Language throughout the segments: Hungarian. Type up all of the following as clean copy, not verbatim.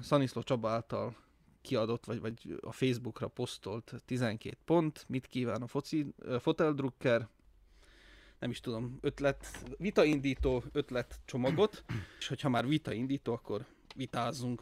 Szaniszló Csaba által kiadott, vagy a Facebookra posztolt 12 pont, mit kíván a foteldrukker, nem is tudom, vitaindító ötlet csomagot, és hogyha már vitaindító, akkor vitázzunk.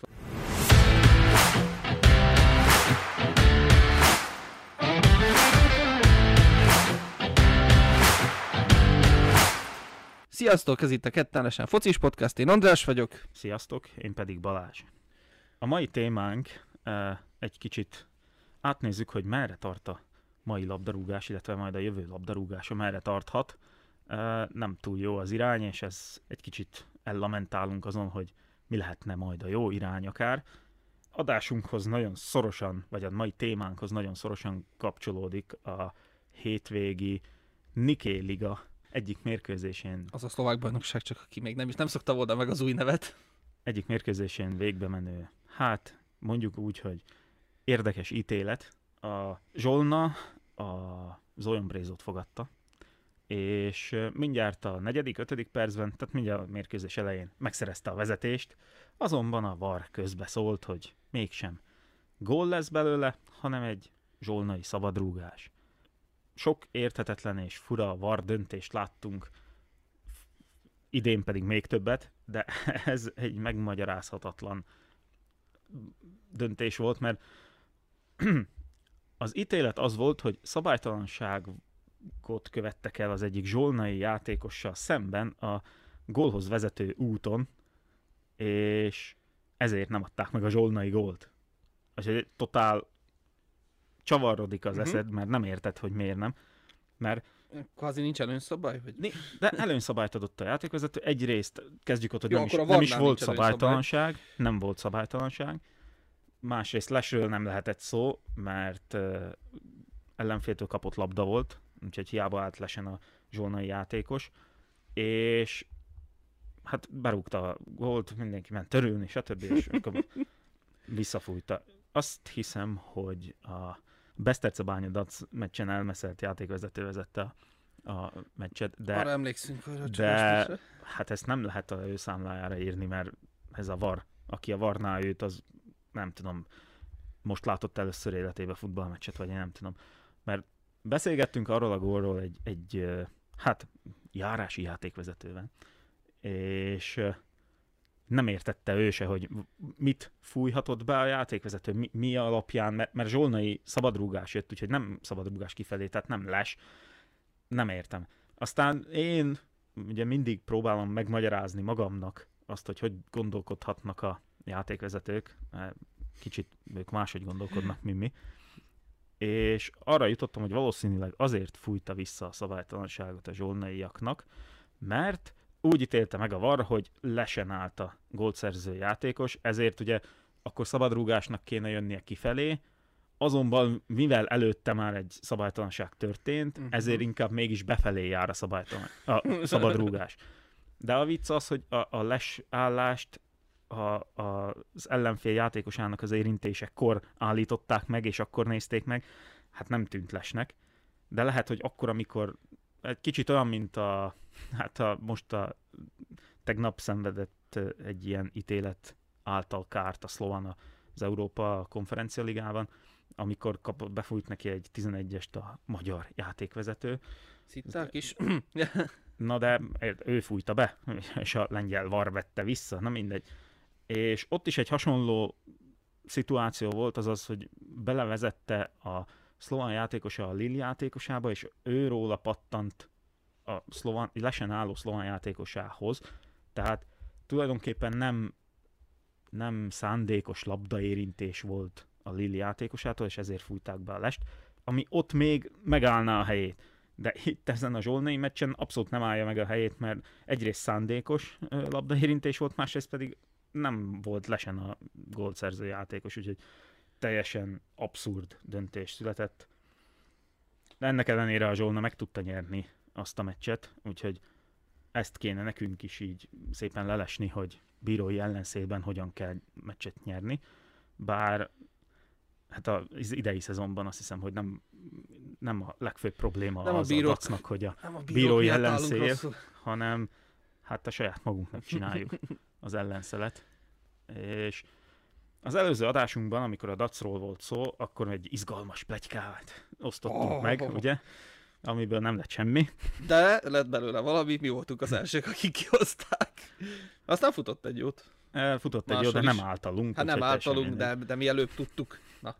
Sziasztok, ez itt a Kettelesen Focis Podcast, én András vagyok. Sziasztok, én pedig Balázs. A mai témánk egy kicsit átnézzük, hogy merre tart a mai labdarúgás, illetve majd a jövő labdarúgása merre tarthat. Nem túl jó az irány, és ez egy kicsit ellamentálunk azon, hogy mi lehetne majd a jó irány akár. Adásunkhoz nagyon szorosan, vagy a mai témánkhoz nagyon szorosan kapcsolódik a hétvégi Nikkei Liga egyik mérkőzésén. Az a szlovák bajnokság, csak aki még nem szokta volna meg az új nevet. Egyik mérkőzésén végbe menő, mondjuk úgy, hogy érdekes ítélet. A Zsolna a Zolyon-Brézót fogadta, és mindjárt a 4.-5. percben, tehát mindjárt a mérkőzés elején megszerezte a vezetést, azonban a VAR közbe szólt, hogy mégsem gól lesz belőle, hanem egy zsolnai szabadrúgás. Sok érthetetlen és fura VAR döntést láttunk, idén pedig még többet, de ez egy megmagyarázhatatlan döntés volt, mert az ítélet az volt, hogy szabálytalanságot követtek el az egyik zsolnai játékossal szemben a gólhoz vezető úton, és ezért nem adták meg a zsolnai gólt. Úgyhogy totál csavarrodik az eszed, mert nem érted, hogy miért nem. Mert kvázi nincs előnyszabály? Vagy? De előnyszabályt adott a játékvezető. Egyrészt kezdjük ott, hogy nem is volt szabálytalanság. Nem volt szabálytalanság. Másrészt lesről nem lehetett szó, mert ellenféltől kapott labda volt, úgyhogy hiába állt lesen a zsolnai játékos. És hát berúgta a gólt, mindenki ment törülni, stb. És akkor visszafújta. Azt hiszem, hogy a Besztercebánya-Dac meccsen elmeszelt játékvezető vezette a meccset, de, arra emlékszünk, de hát ezt nem lehet a ő számlájára írni, mert ez a VAR, aki a VAR-nál őt, az nem tudom, most látott először életében futballmeccset, vagy én nem tudom. Mert beszélgettünk arról a gólról egy járási játékvezetővel, és nem értette ő se, hogy mit fújhatott be a játékvezető, mi alapján, mert zsolnai szabadrúgás jött, úgyhogy nem szabadrúgás kifelé, tehát nem les. Nem értem. Aztán én ugye mindig próbálom megmagyarázni magamnak azt, hogy gondolkodhatnak a játékvezetők, kicsit ők máshogy gondolkodnak, mint mi. És arra jutottam, hogy valószínűleg azért fújta vissza a szabálytalanságot a zsolnaiaknak, mert úgy ítélte meg a VAR, hogy lesen állt a gólszerző játékos, ezért ugye akkor szabadrúgásnak kéne jönnie kifelé, azonban mivel előtte már egy szabálytalanság történt, ezért inkább mégis befelé jár a szabadrúgás. De a vicc az, hogy a lesállást az ellenfél játékosának az érintésekor állították meg, és akkor nézték meg, hát nem tűnt lesnek. De lehet, hogy akkor, amikor egy kicsit olyan, mint most tegnap szenvedett egy ilyen ítélet által kárt a Slovan az Európa Konferencia Ligában, amikor befújt neki egy 11-est a magyar játékvezető. Szitták is. Na de ő fújta be, és a lengyel VAR vette vissza, na mindegy. És ott is egy hasonló szituáció volt, azaz, hogy belevezette a szlovan játékosa a Lille játékosába, és őróla pattant a lesen álló szlovan játékosához. Tehát tulajdonképpen nem szándékos labdaérintés volt a Lille játékosától, és ezért fújták be a lest, ami ott még megállná a helyét. De itt ezen a zsolnai meccsen abszolút nem állja meg a helyét, mert egyrészt szándékos labdaérintés volt, másrészt pedig nem volt lesen a gólszerző játékos, úgyhogy teljesen abszurd döntés született. De ennek ellenére a Zsolna meg tudta nyerni azt a meccset, úgyhogy ezt kéne nekünk is így szépen lelesni, hogy bírói ellenszélben hogyan kell meccset nyerni. Bár hát az idei szezonban azt hiszem, hogy nem a legfőbb probléma nem az a Dacnak, hogy a bírói ellenszél, hanem hát a saját magunknak csináljuk az ellenszelet. És Az előző adásunkban, amikor a Dacról volt szó, akkor egy izgalmas pletykát osztottunk meg, ugye? Amiből nem lett semmi. De lett belőle valami, mi voltunk az elsők, akik kihozták. Aztán futott egy jót. Futott egy jó, de nem általunk. Hát nem általunk, de mi előbb tudtuk. Na.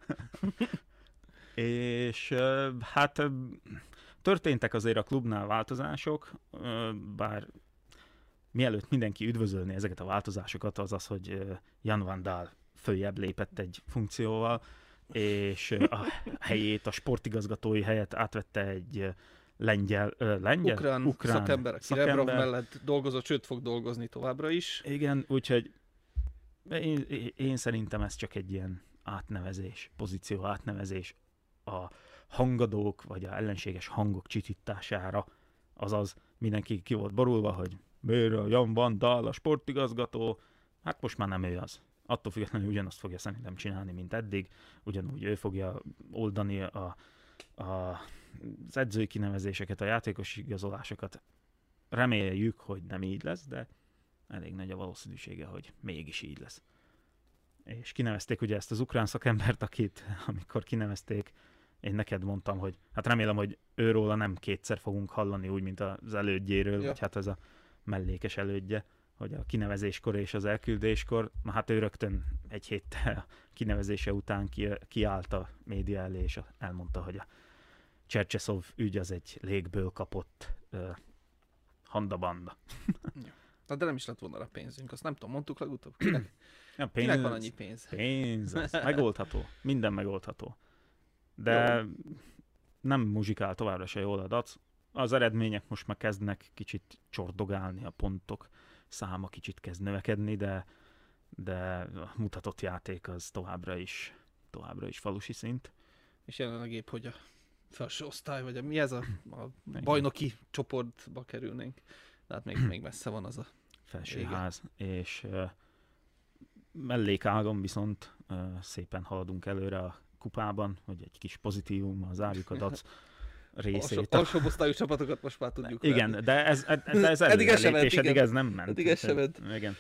És hát történtek azért a klubnál változások, bár mielőtt mindenki üdvözölni ezeket a változásokat, az az, hogy Jan van Daal följebb lépett egy funkcióval, és a helyét, a sportigazgatói helyet átvette egy ukrán szakember, aki Rebrov mellett dolgozott, sőt fog dolgozni továbbra is. Igen, úgyhogy én szerintem ez csak egy ilyen átnevezés, pozíció átnevezés a hangadók, vagy a ellenséges hangok csitítására, azaz mindenki ki volt borulva, hogy miért a Jan van Daal a sportigazgató, hát most már nem ő az. Attól függetlenül ugyanazt fogja szerintem csinálni, mint eddig, ugyanúgy ő fogja oldani az edzői kinevezéseket, a játékos igazolásokat. Reméljük, hogy nem így lesz, de elég nagy a valószínűsége, hogy mégis így lesz. És kinevezték ugye ezt az ukrán szakembert, akit amikor kinevezték, én neked mondtam, hogy hát remélem, hogy őróla nem kétszer fogunk hallani, úgy, mint az elődjéről, vagy hát ez a mellékes elődje, hogy a kinevezéskor és az elküldéskor, na hát ő rögtön egy héttel kinevezése után kiállt a média elé, és elmondta, hogy a Csercseszov ügy az egy légből kapott handabanda. Na, de nem is lett volna a pénzünk, azt nem tudom, mondtuk legutóbb. Kinek van annyi pénz? Pénz, az megoldható, minden megoldható. De jó. Nem muzsikál továbbra se jól a Dac. Az eredmények most már kezdnek kicsit csordogálni, a pontok száma kicsit kezd növekedni, de a mutatott játék az továbbra is falusi szint. És jelenleg épp, hogy a felső osztály, vagy mi ez a bajnoki csoportba kerülnénk. Tehát még messze van az a felsőház. És mellékágon viszont szépen haladunk előre a kupában, hogy egy kis pozitívummal zárjuk a Dac részét. Alsóbb osztályú csapatokat most már tudjuk. Igen, venni. de ez előrelépés, eddig ez nem ment. Eddig ez sem ment. Igen.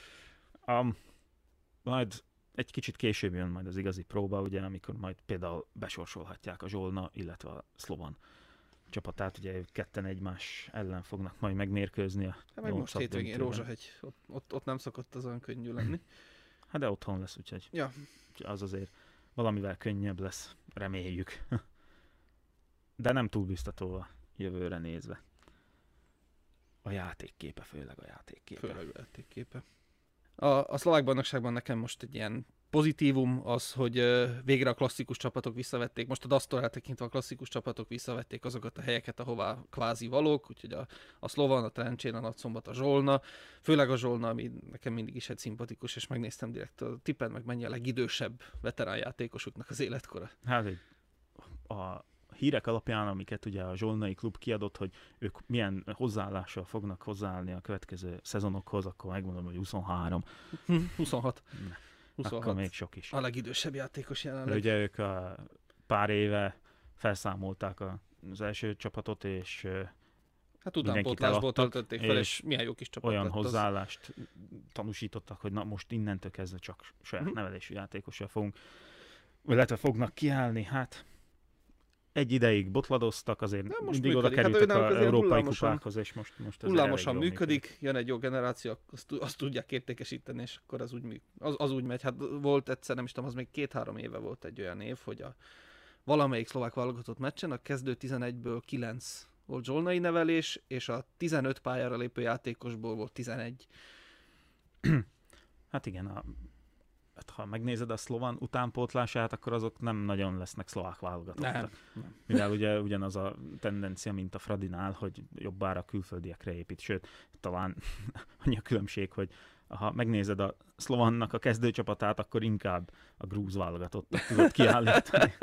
Majd egy kicsit később jön majd az igazi próba, ugye, amikor majd például besorsolhatják a Zsolna, illetve a Szlovan csapatát, ugye ők ketten egymás ellen fognak majd megmérkőzni a meg most hétvégén Rózsahegy, ott nem szokott az olyan könnyű lenni. Hát de otthon lesz, úgyhogy az azért valamivel könnyebb lesz, reméljük. De nem túl biztató a jövőre nézve. A játékképe, főleg a játékképe. A szlovák bajnokságban nekem most egy ilyen pozitívum az, hogy végre a klasszikus csapatok visszavették, most a Dasztól eltekintve a klasszikus csapatok visszavették azokat a helyeket, ahová kvázi valók, úgyhogy a Szlovan, a Trencsén, a Nagyszombat, a Zsolna, főleg a Zsolna, ami nekem mindig is egy szimpatikus, és megnéztem direkt, a tipped meg mennyi a legidősebb veterán játékosuknak az életkora. Hát a hírek alapján, amiket ugye a Zsolnai klub kiadott, hogy ők milyen hozzáállással fognak hozzáállni a következő szezonokhoz, akkor megmondom, hogy 23. 26. Akkor még sok is. A legidősebb játékos jelenleg. Ugye ők a pár éve felszámolták az első csapatot, és hát utánpótlásból töltötték fel, és milyen jó kis csapat olyan lett hozzáállást tanúsítottak, hogy na most innentől kezdve csak saját nevelésű játékossal fogunk, illetve fognak kiállni, hát egy ideig botladoztak, azért mindig oda kerültek az európai kupákhoz, és most hullámosan működik, jön egy jó generáció, azt tudják értékesíteni, és akkor az úgy megy. Hát volt egyszer, nem is tudom, az még 2-3 éve volt egy olyan év, hogy a valamelyik szlovák válogatott meccsen a kezdő 11-ből 9 volt zsolnai nevelés, és a 15 pályára lépő játékosból volt 11. Hát igen, ha megnézed a szlovan utánpótlását, akkor azok nem nagyon lesznek szlovák válogatottak. Nem. Mivel ugye ugyanaz a tendencia, mint a Fradinál, hogy jobbára külföldiekre épít. Sőt, talán annyi a különbség, hogy ha megnézed a szlovannak a kezdőcsapatát, akkor inkább a grúz válogatottat tudod kiállítani.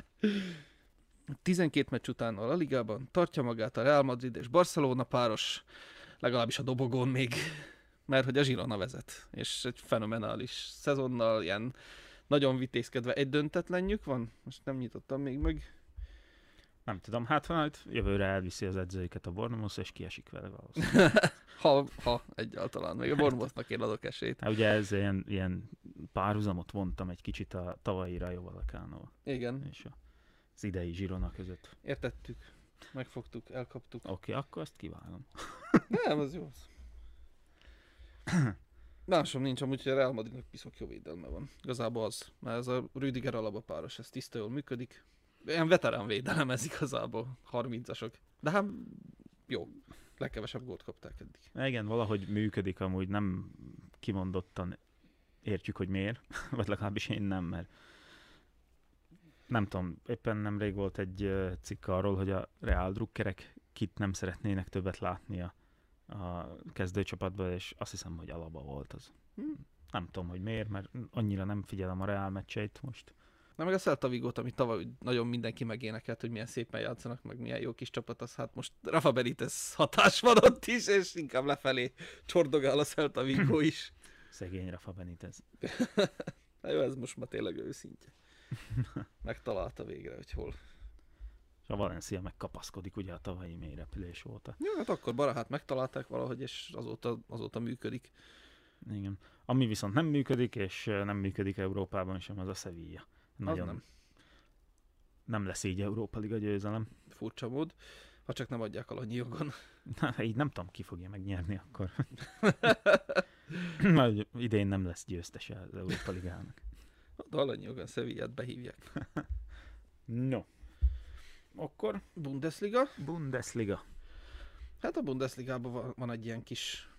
12 meccs után a La Ligában tartja magát a Real Madrid és Barcelona páros, legalábbis a dobogón még, mert hogy a Girona vezet, és egy fenomenális szezonnal, ilyen nagyon vitézkedve egy döntetlenjük van, most nem nyitottam még meg. Nem tudom, hát majd jövőre elviszi az edzőiket a Bournemouth, és kiesik vele valószínűleg. Ha egyáltalán. Még a Bournemouthnak én adok esélyt. Hát ugye ez ilyen párhuzamot vontam egy kicsit a tavalyi Rayo Vallecano Igen. és az idei Girona között. Értettük. Megfogtuk, elkaptuk. Oké, akkor azt kivágom. Nem, az jó. Másom nincs, amúgy, hogy a Real Madridnak piszok jó védelme van. Igazából az, mert ez a Rüdiger Alaba páros, ez tiszta jól működik. Ilyen veterán védelem ez igazából, 30-asok. De hát jó, legkevesebb gólt kapták eddig. Igen, valahogy működik, amúgy nem kimondottan értjük, hogy miért, vagy legalábbis én nem, mert nem tudom, éppen nemrég volt egy cikk arról, hogy a Real drukkerek kit nem szeretnének többet látni a kezdőcsapatban, és azt hiszem, hogy Alaba volt az. Nem tudom, hogy miért, mert annyira nem figyelem a Real meccseit most. Na meg a Celta Vigót, amit tavaly nagyon mindenki megénekelt, hogy milyen szépen játszanak, meg milyen jó kis csapat, az hát most Rafa Benitez hatás van ott is, és inkább lefelé csordogál a Celta Vigó is. Szegény Rafa Benitez. Na jó, ez most már tényleg őszintje. Megtalálta végre, hogy hol. És a Valencia megkapaszkodik, ugye a tavalyi mélyrepülés óta. Jó, hát akkor Barahát megtalálták valahogy, és azóta működik. Igen. Ami viszont nem működik, és nem működik Európában sem, az a Sevilla. Nagyon nem lesz így Európa Liga győzelem. Furcsa mód, ha csak nem adják alanyi jogon. Na, így nem tudom, ki fogja megnyerni akkor. Majd idén nem lesz győztese az Európa Ligának. De alanyi jogon Sevillát behívják. No. Akkor Bundesliga. Hát a Bundesligában van egy ilyen kis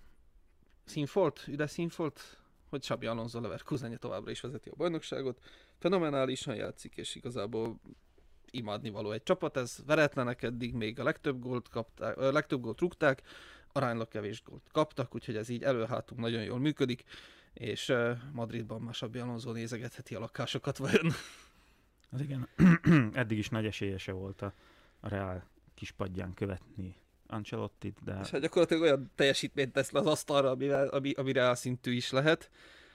üdes színfolt, hogy Xabi Alonso Leverkusenje továbbra is vezeti a bajnokságot. Fenomenálisan játszik, és igazából imádnivaló egy csapat. Ez veretlenek eddig, még a legtöbb gólt rúgták, aránylag kevés gólt kaptak, úgyhogy ez így elő-hátul nagyon jól működik, és Madridban már Xabi Alonso nézegetheti a lakásokat vajon. Az igen, eddig is nagy esélyese volt a Real kispadján követni Ancelottit, de... És hát gyakorlatilag olyan teljesítményt tesz le az asztalra, ami Real szintű is lehet.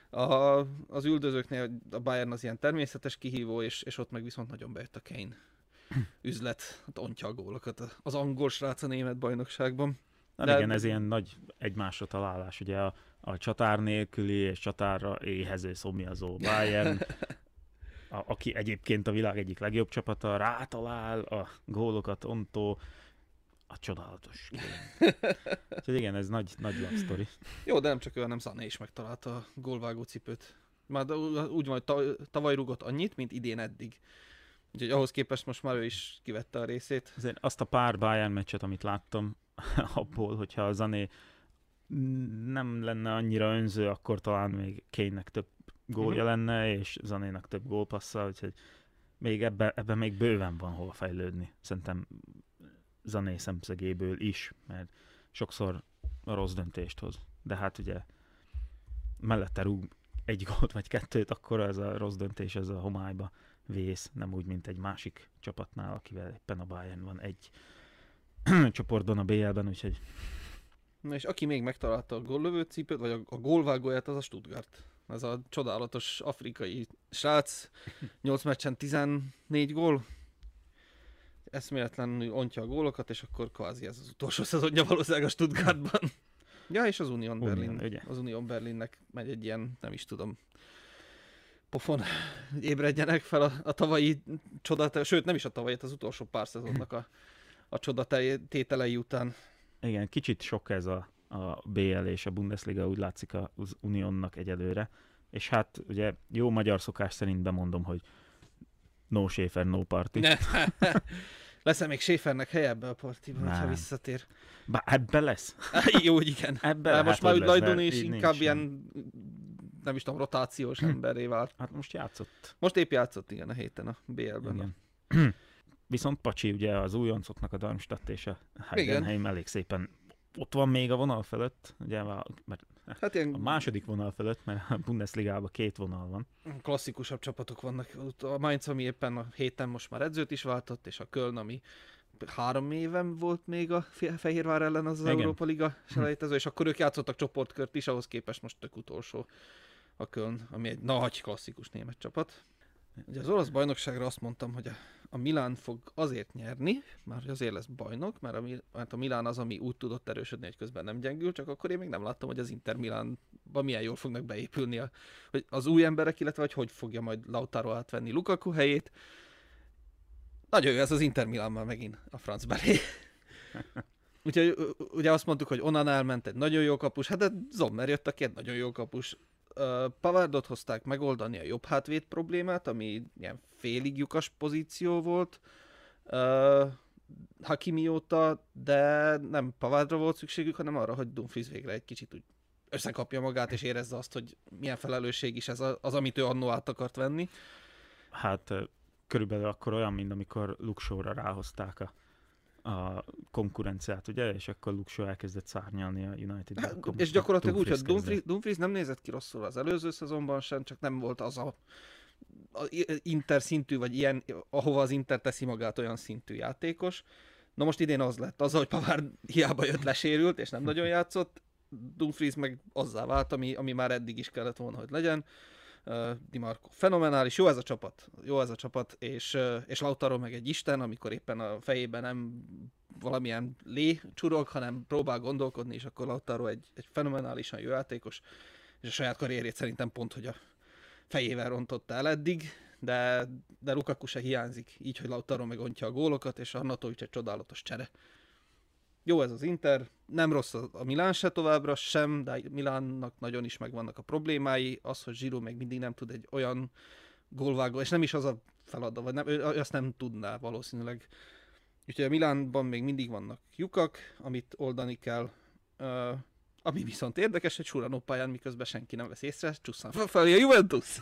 Az üldözőknél a Bayern az ilyen természetes kihívó, és ott meg viszont nagyon bejött a Kane üzlet, hát ontja a gólokat az angol srác a német bajnokságban. De igen, ez ilyen nagy egymásra találás, ugye a csatár nélküli és csatárra éhező szomjazó Bayern, aki egyébként a világ egyik legjobb csapata, rátalál a gólokat ontó, a csodálatos Kane. Úgyhogy igen, ez nagy love story. Jó, de nem csak ő, nem Sané is megtalálta a gólvágó cipőt. Már úgy van, hogy tavaly rúgott annyit, mint idén eddig. Úgyhogy ahhoz képest most már ő is kivette a részét. Azért azt a pár Bayern meccset, amit láttam abból, hogyha a Sané nem lenne annyira önző, akkor talán még Kane-nek több gólja lenne, és Sanénak több gólpassza, úgyhogy még ebben még bőven van hova fejlődni. Szerintem Sané szemszögéből is, mert sokszor a rossz döntést hoz. De hát ugye mellette rúg egy gólt vagy kettőt, akkor ez a rossz döntés ez a homályba vész, nem úgy, mint egy másik csapatnál, akivel éppen a Bayern van egy csoportban a BL-ben, úgyhogy... Na és aki még megtalálta a góllövő cipőt, vagy a gólvágóját, az a Stuttgart. Ez a csodálatos afrikai srác, 8 meccsen 14 gól, eszméletlenül ontja a gólokat, és akkor kvázi ez az utolsó szezonja valószínűleg a Stuttgartban. Ja, és az Union Berlin. Ugye? Az Union Berlinnek megy egy ilyen, nem is tudom, pofon, hogy ébredjenek fel a tavalyi csodat, sőt nem is a tavalyi, az utolsó pár szezonnak a csodatételei után. Igen, kicsit sok ez a BL és a Bundesliga, úgy látszik az Unionnak egyelőre. És hát ugye jó magyar szokás szerint bemondom, hogy no Schäfer, no party. Lesz-e még Schäfernek helye ebbe a partiba, ha visszatér? Ebbe lesz. Jó, igen. Ebbe most már úgy Lajdon is inkább ilyen, nem is tudom, rotációs emberré vált. Hát most játszott. Most épp játszott, igen, a héten a BL-ben. Viszont Pacsi, ugye az újoncoknak a Darmstadt és a Heidenheim elég szépen ott van még a vonal fölött, ugye, mert hát ilyen... a második vonal fölött, mert a Bundesligában 2 vonal van. Klasszikusabb csapatok vannak. A Mainz, ami éppen a héten most már edzőt is váltott, és a Köln, ami 3 éven volt még a Fehérvár ellen az Európa Liga selejtező, és akkor ők játszottak csoportkört is, ahhoz képest most tök utolsó a Köln, ami egy nagy klasszikus német csapat. Ugye az olasz bajnokságra azt mondtam, hogy a Milán fog azért nyerni, már azért lesz bajnok, mert a Milán az, ami úgy tudott erősödni, hogy közben nem gyengül, csak akkor én még nem láttam, hogy az Inter Milánban milyen jól fognak beépülni hogy az új emberek, illetve hogy fogja majd Lautaro átvenni Lukaku helyét. Nagyon jó ez az Inter Milán már megint a franc belé. Úgyhogy ugye azt mondtuk, hogy Onana elment egy nagyon jó kapus, hát de Sommer jött, aki egy nagyon jó kapus. Pavardot hozták megoldani a jobb hátvéd problémát, ami ilyen félig lyukas pozíció volt Hakimi óta, de nem Pavardra volt szükségük, hanem arra, hogy Dumfries végre egy kicsit úgy összekapja magát, és érezze azt, hogy milyen felelősség is ez az, amit ő annó át akart venni. Hát körülbelül akkor olyan, mint amikor Luke Shaw-ra ráhozták a konkurenciát, ugye? És akkor Luke Shaw elkezdett szárnyalni a United-ben. És gyakorlatilag úgy, hogy Dumfries nem nézett ki rosszul az előző szezonban sem, csak nem volt az a Inter szintű, vagy ilyen, ahova az Inter teszi magát olyan szintű játékos. Na most idén az lett, hogy Pavard hiába jött lesérült, és nem nagyon játszott, Dumfries meg azzá vált, ami már eddig is kellett volna, hogy legyen. Di Marco fenomenális, jó ez a csapat, és Lautaro meg egy isten, amikor éppen a fejében nem valamilyen csurog, hanem próbál gondolkodni, és akkor Lautaro egy fenomenálisan jó játékos, és a saját karrierjét szerintem pont, hogy a fejével rontotta el eddig, de Lukaku se hiányzik, így, hogy Lautaro megontja a gólokat, és Arnautovic egy csodálatos csere. Jó ez az Inter, nem rossz a Milán se továbbra sem, de Milánnak nagyon is megvannak a problémái, az, hogy Giroud még mindig nem tud egy olyan gólvágó, és nem is az a feladat, vagy nem, ő azt nem tudná valószínűleg. Úgyhogy a Milánban még mindig vannak lyukak, amit oldani kell, ami viszont érdekes, hogy Surano pályán miközben senki nem vesz észre, csusszan felfelé a Juventus.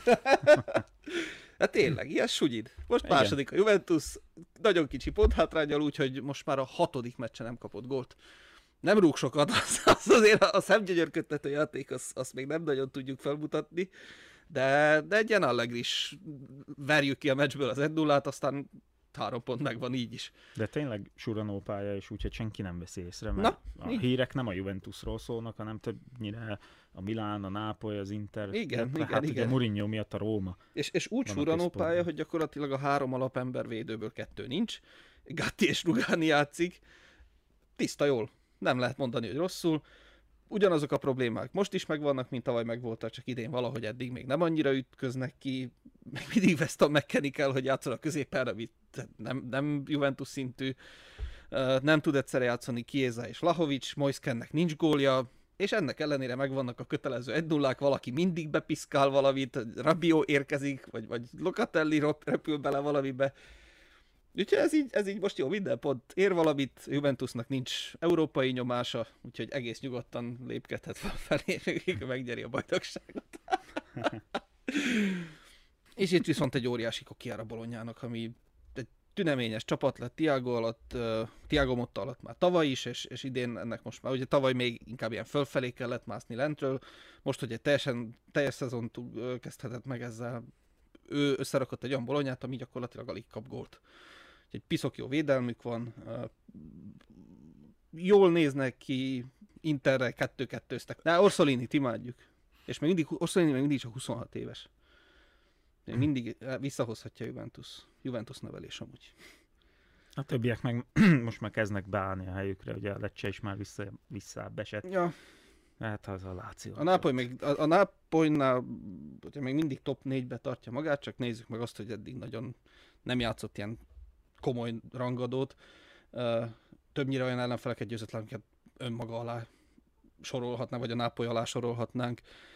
Hát tényleg, ilyen sugyid. Most második a Juventus, nagyon kicsi ponthátránnyal, úgyhogy most már a 6. meccsen nem kapott gólt. Nem rúg sokat, az azért a szemgyönyörködtető játék, azt még nem nagyon tudjuk felmutatni, de egy ilyen Allegri-s verjük ki a meccsből az 1-0-át, aztán 3 pont megvan így is. De tényleg Surano pálya, és úgyhogy senki nem veszi észre, mert hírek nem a Juventusról szólnak, hanem többnyire a Milán, a Nápoly, az Inter. Igen. Ugye Mourinho miatt a Róma. És úgy Surano pálya, hogy gyakorlatilag a 3 alapember védőből 2 nincs. Gatti és Rugani játszik. Tiszta jól. Nem lehet mondani, hogy rosszul. Ugyanazok a problémák most is megvannak, mint tavaly megvoltak, csak idén valahogy eddig még nem annyira ütköznek ki. Még mindig Weston McKennie kell, hogy játszol a középen, ami nem Juventus szintű. Nem tud egyszerre játszani Chiesa és Vlahovic, Moiskennek nincs gólja, és ennek ellenére megvannak a kötelező 1-0-ák, valaki mindig bepiszkál valamit, Rabiot érkezik, vagy Locatelli repül bele valamibe. Úgyhogy ez így most jó, minden pont ér valamit, Juventusnak nincs európai nyomása, úgyhogy egész nyugodtan lépkedhet felé, megnyeri a bajnokságot. És itt viszont egy óriási kokiára Bolognának, ami egy tüneményes csapat lett Thiago Motta alatt már tavaly is, és idén ennek most már, ugye tavaly még inkább ilyen fölfelé kellett mászni lentről, most, hogy egy teljes szezont kezdhetett meg ezzel, ő összerakott egy olyan Bolognát, ami gyakorlatilag alig kap gólt. Egy piszok jó védelmük van, jól néznek ki, Interrel 2-2-ztek. De Orsolinit imádjuk. És Orsolini még mindig csak 26 éves. Mindig visszahozhatja Juventus nevelés amúgy. A többiek meg most már kezdnek beállni a helyükre, ugye a Lecce is már visszaesett. Ja. Hát az a Láció. A Nápolynál ugye még mindig top 4-be tartja magát, csak nézzük meg azt, hogy eddig nagyon nem játszott ilyen komoly rangadót. Többnyire olyan ellenfeleket győzött le, amiket önmaga alá sorolhatnánk, vagy a Nápoly alá sorolhatnánk.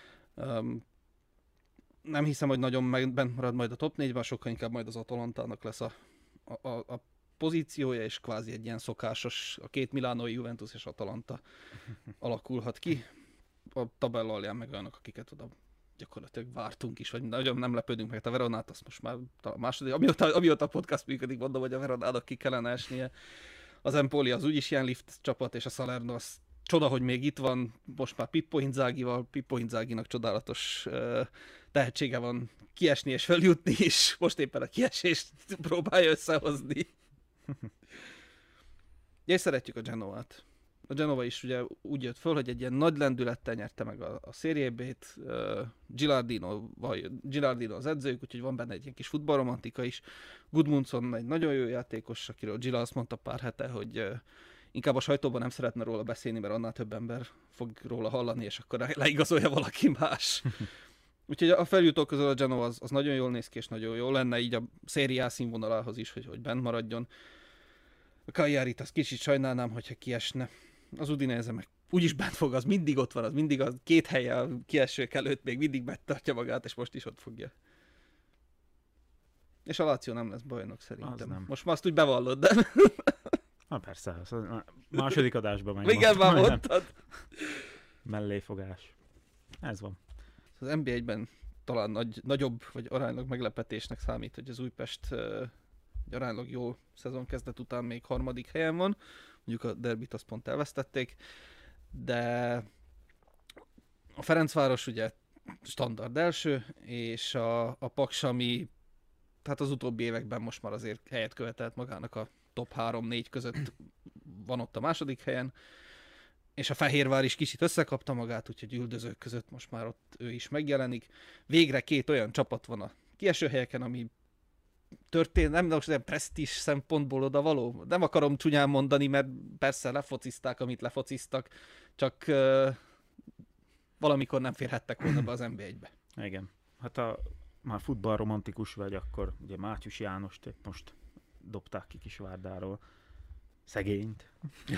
Nem hiszem, hogy nagyon bent marad majd a top 4-ben, sokkal inkább majd az Atalantának lesz a pozíciója, és kvázi egy ilyen szokásos, a 2 milánói Juventus és Atalanta alakulhat ki. A tabella alján meg olyanok, akiket oda gyakorlatilag vártunk is, vagy nagyon nem lepődünk meg. A Veronát azt most már a második, amióta a podcast működik, mondom, hogy a Veronának ki kellene esnie. Az Empoli az úgyis ilyen lift csapat, és a Salerno az csoda, hogy még itt van, most már Pippo Inzaghinak csodálatos tehetsége van kiesni és feljutni, és most éppen a kiesést próbálja összehozni. És szeretjük a Genoát. A Genova is ugye úgy jött föl, hogy egy ilyen nagy lendülettel nyerte meg a Serie B-t, Gilardino az edzőjük, úgyhogy van benne egy ilyen kis futballromantika is. Gudmundsson egy nagyon jó játékos, akiről Gila azt mondta pár hete, hogy inkább a sajtóban nem szeretne róla beszélni, mert annál több ember fog róla hallani, és akkor leigazolja valaki más. Úgyhogy a feljutók közül a Genova az nagyon jól néz ki, és nagyon jó lenne így a Serie A színvonalához is, hogy bent maradjon. A Cagliarit azt kicsit sajnálnám, hogyha kiesne. Az Udinese meg úgyis bent fog, az mindig ott van, az mindig a 2 helye a kiesők előtt még mindig megtartja magát, és most is ott fogja. És a Lazio nem lesz bajnok szerintem. Most már azt úgy bevallod, de... Na persze, a második adásban meg. Igen, már mondtad. Melléfogás. Ez van. Az NB1-ben talán nagyobb, vagy aránylag meglepetésnek számít, hogy az Újpest egy aránylag jó szezonkezdet után még 3. helyen van. Mondjuk a derbit azt pont elvesztették, de a Ferencváros ugye standard első, és a Paks, ami tehát az utóbbi években most már azért helyet követelt magának a top 3-4 között, van ott a 2. helyen, és a Fehérvár is kicsit összekapta magát, úgyhogy üldözők között most már ott ő is megjelenik. Végre 2 olyan csapat van a kieső helyeken, ami nem most presztízs szempontból odavaló. Nem akarom csúnyán mondani, mert persze lefocizták, amit lefociztak, csak valamikor nem férhettek volna be az NB1-be. Igen. Hát már futballromantikus vagy, akkor ugye Mátyus Jánost épp most dobták ki Kisvárdáról. Szegényt.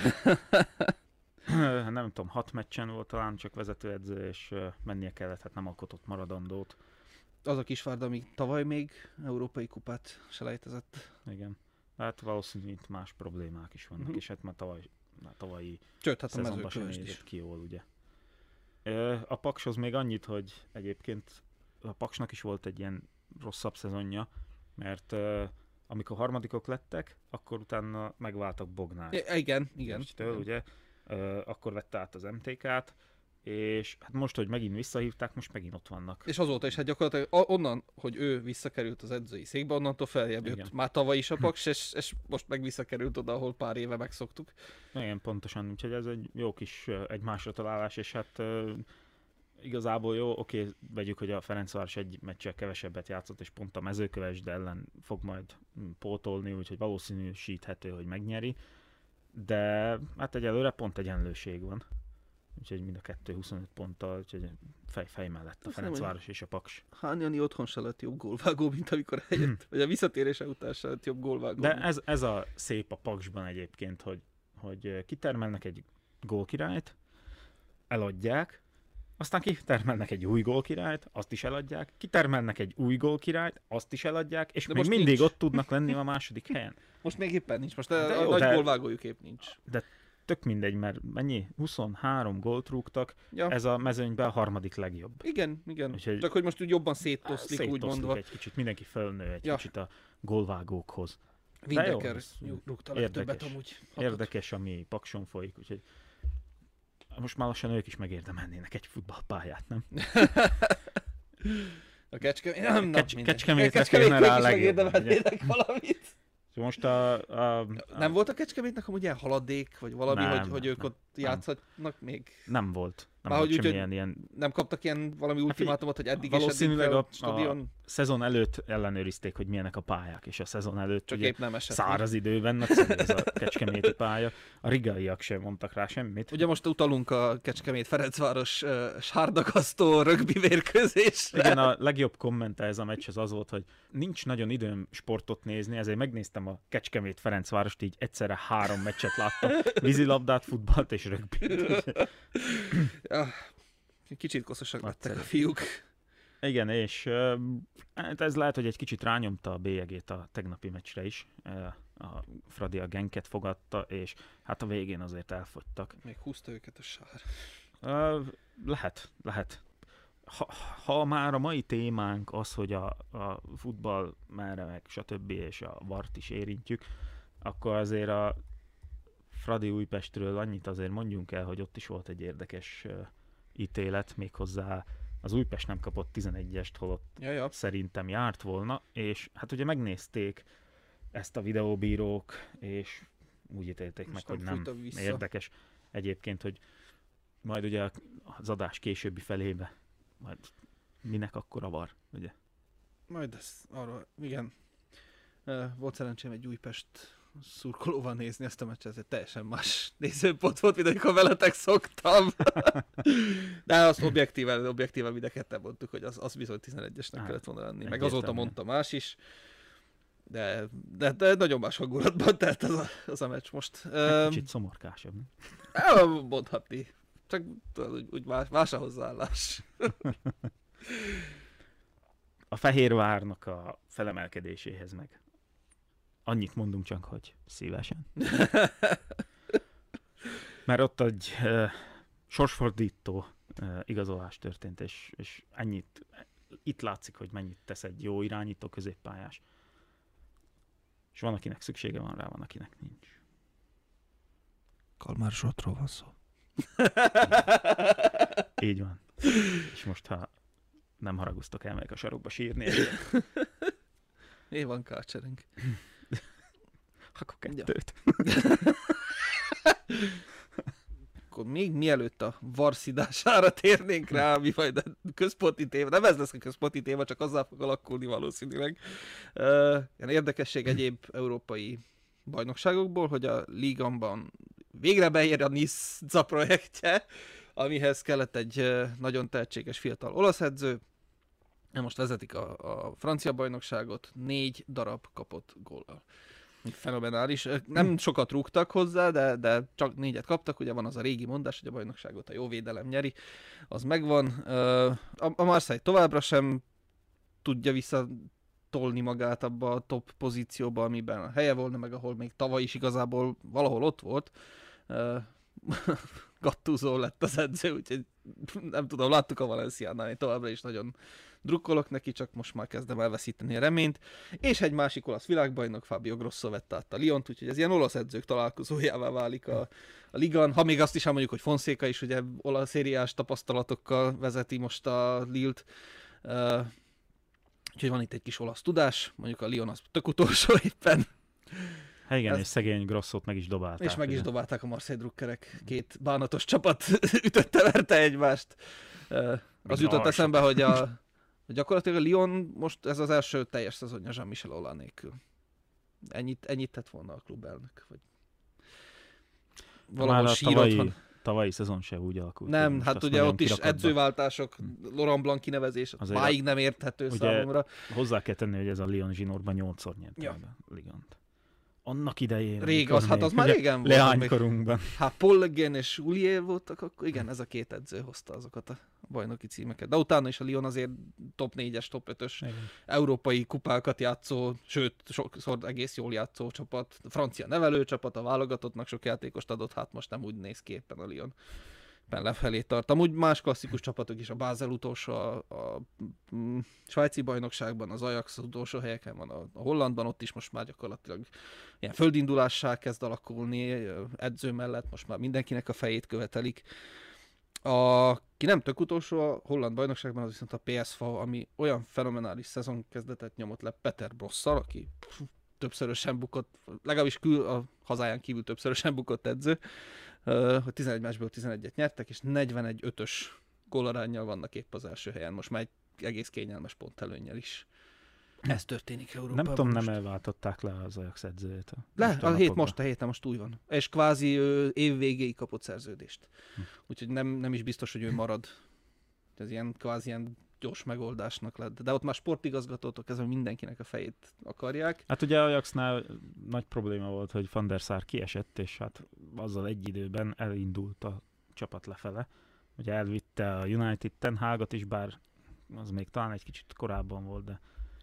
Nem tudom, 6 meccsen volt talán csak vezetőedző, és mennie kellett, hát nem alkotott maradandót. Az a Kisvárda, ami tavaly még európai kupát selejtezett. Igen. Hát valószínűleg itt más problémák is vannak, és hát már tavalyi Sőt, hát a szezonban sem nézett ki jól, ugye. A Pakshoz még annyit, hogy egyébként a Paksnak is volt egy ilyen rosszabb szezonja, mert amikor harmadikok lettek, akkor utána megváltak Bognár. Igen. Ugye? Akkor vette át az MTK-t, és hát most, hogy megint visszahívták, most megint ott vannak. És azóta is, hát gyakorlatilag onnan, hogy ő visszakerült az edzői székbe, onnantól feljebb jött már tavaly is a Paks, és most meg visszakerült oda, ahol pár éve megszoktuk. Igen, pontosan, úgyhogy ez egy jó kis egymásra találás, és hát igazából jó, oké, vegyük, hogy a Ferencváros egy meccsel kevesebbet játszott, és pont a Mezőkövesd ellen fog majd pótolni, úgyhogy valószínűsíthető, hogy megnyeri, de hát egyelőre pont egyenlőség van. Úgyhogy mind a 2 25 ponttal, úgyhogy fej mellett a Ferencváros és a Paks. Hányani otthon se lett jobb gólvágó, mint amikor eljött, vagy a visszatérése után se lett jobb gólvágó. De ez a szép a Paksban egyébként, hogy kitermelnek egy gólkirályt, eladják, aztán kitermelnek egy új gólkirályt, azt is eladják, kitermelnek egy új gólkirályt, azt is eladják, és még mindig nincs. Ott tudnak lenni a 2. helyen. Most még éppen nincs, most a nagy gólvágójuk épp nincs. De tök mindegy, mert mennyi? 23 gólt rúgtak, ez a mezőnyben a 3. legjobb. Igen. Úgyhogy csak hogy most úgy jobban széttoszlik, úgy mondva. Egy kicsit, mindenki fölnő egy kicsit a gólvágókhoz. Windecker rúgta legtöbbet amúgy. Érdekes, ami Pakson folyik, úgyhogy most már lassan ők is megérdemelnének egy futballpályát, nem? A Kecskemét. Kecskemétre kéne rá megérdemelnének valamit. Most nem volt a Kecskemétnek amúgy ilyen haladék, vagy valami, hogy ők ott játszhatnak még? Nem volt. Nem volt semmilyen ilyen... Nem kaptak ilyen valami ultimátumot, hogy eddig és eddig a stadion? A szezon előtt ellenőrizték, hogy milyenek a pályák, és a szezon előtt csak ugye nem száraz időben nagyszerű ez a kecskeméti pálya. A rigaiak sem mondtak rá semmit. Ugye most utalunk a Kecskemét-Ferencváros sárdagasztó rögbi mérkőzésre. Igen, a legjobb kommente ez a meccs az volt, hogy nincs nagyon időm sportot nézni, ezért megnéztem a Kecskemét-Ferencvárost, így egyszerre 3 meccset láttam. Vízilabdát, futballt és rögbit. Kicsit koszosak lettek a fiúk. Igen, és ez lehet, hogy egy kicsit rányomta a bélyegét a tegnapi meccsre is. A Fradi a Genket fogadta, és hát a végén azért elfogytak. Még húzta őket a sár. Lehet. Ha már a mai témánk az, hogy a futball merre meg stb. És a VAR-t is érintjük, akkor azért a Fradi Újpestről annyit azért mondjunk el, hogy ott is volt egy érdekes ítélet, méghozzá az Újpest nem kapott 11-est, holott szerintem járt volna, és hát ugye megnézték ezt a videóbírók, és úgy ítélték meg, hogy nem érdekes. egyébként, hogy majd ugye az adás későbbi felébe, majd minek akkor a VAR, ugye? Majd ez arról, igen. Volt szerencsém egy Újpest szurkolóval nézni ezt a meccset, ez egy teljesen más nézőpont volt, mint amikor veletek szoktam. De azt objektíven mind a ketten mondtuk, hogy az bizony 11-esnek kellett volna lenni. Meg azóta mondta más is. De nagyon más hangulatban telt az a meccs most. Kicsit szomorkásabb. Mondhatni. Csak úgy más a hozzáállás. A Fehérvárnak a felemelkedéséhez meg annyit mondunk csak, hogy szívesen. Mert ott egy sorsfordító igazolás történt, és ennyit, itt látszik, hogy mennyit tesz egy jó irányító középpályás. És van, akinek szüksége van rá, van, akinek nincs. Kalmár Zsoltról van szó. Így van. És most, ha nem haraguztok, elmegyek a sarokba sírni. Mi van, kácserünk? Akkor kettőt. Akkor még mielőtt a VAR szidására térnénk rá, mi majd a központi téma, nem ez lesz a központi téma, csak azzal fog alakulni valószínűleg. Ilyen érdekesség egyéb európai bajnokságokból, hogy a Ligamban végre beér a Nisza projektje, amihez kellett egy nagyon tehetséges fiatal olasz edző. Most vezetik a francia bajnokságot, 4 darab kapott góllal. Fenomenális. Nem sokat rúgtak hozzá, de csak 4-et kaptak. Ugye van az a régi mondás, hogy a bajnokságot a jó védelem nyeri. Az megvan. A Marseille továbbra sem tudja visszatolni magát abba a top pozícióba, amiben a helye volna, meg ahol még tavaly is igazából valahol ott volt. Gattuso lett az edző, úgyhogy nem tudom, láttuk a Valenciánál, én továbbra is nagyon drukkolok neki, csak most már kezdem elveszíteni a reményt. És egy másik olasz világbajnok, Fabio Grosso vette át a Lyont, úgyhogy ez ilyen olasz edzők találkozójává válik a ligan. Ha még azt is elmondjuk, hogy Fonseca is ugye olasz szériás tapasztalatokkal vezeti most a Lille-t. Úgyhogy van itt egy kis olasz tudás, mondjuk a Lyon az tök utolsó éppen. Hát igen, és szegény Grosszot meg is dobálták. És meg is dobálták a Marseille drukkerek. 2 bánatos csapat ütötte-verte egymást. Az jutott eszembe, hogy gyakorlatilag a Lyon most ez az első teljes szezonja Jean-Michel Aulas nélkül. Ennyit tett volna a klubelnök. Vagy valahol sírott. Tavalyi szezon se úgy alakult. Nem, hát ugye ott is edzőváltások, Laurent Blanc kinevezés, máig nem érthető számomra. Hozzá kell tenni, hogy ez a Lyon zsinórban 8-szor nyerte a ligant. Annak idején. Rég, az már régen volt. Leánykorunkban. Hát Paul Le Guen és Houllier voltak, akkor igen, ez a 2 edző hozta azokat a bajnoki címeket. De utána is a Lyon azért top 4-es, top 5-ös európai kupákat játszó, sőt, sokszor egész jól játszó csapat. A francia nevelőcsapat, a válogatottnak sok játékost adott, hát most nem úgy néz ki éppen a Lyon. Lefelé tart. Amúgy más klasszikus csapatok is, a Basel utolsó, a svájci bajnokságban, az Ajax az utolsó helyeken van, a Hollandban, ott is most már gyakorlatilag ilyen földindulássá kezd alakulni, edző mellett most már mindenkinek a fejét követelik. Aki nem tök utolsó a holland bajnokságban, az viszont a PSV, ami olyan fenomenális szezon kezdetet nyomott le Peter Bosszal, aki többszörösen bukott, legalábbis a hazáján kívül többszörösen bukott edző, hogy 11 meccsből 11-et nyertek, és 41-5-ös gólaránnyal vannak épp az első helyen. Most már egy egész kényelmes pontelőnnyel is. Ez történik Európában. Nem tudom, nem elváltották le az Ajax edzőjét. A héten most új van. És kvázi év végéig kapott szerződést. Úgyhogy nem is biztos, hogy ő marad. Ez ilyen kvázi ilyen gyors megoldásnak lett. De ott már sportigazgatótok, ez mindenkinek a fejét akarják. Hát ugye Ajaxnál nagy probléma volt, hogy Van der Sar kiesett, és hát azzal egy időben elindult a csapat lefele. Ugye elvitte a United Ten Hagot is, bár az még talán egy kicsit korábban volt, de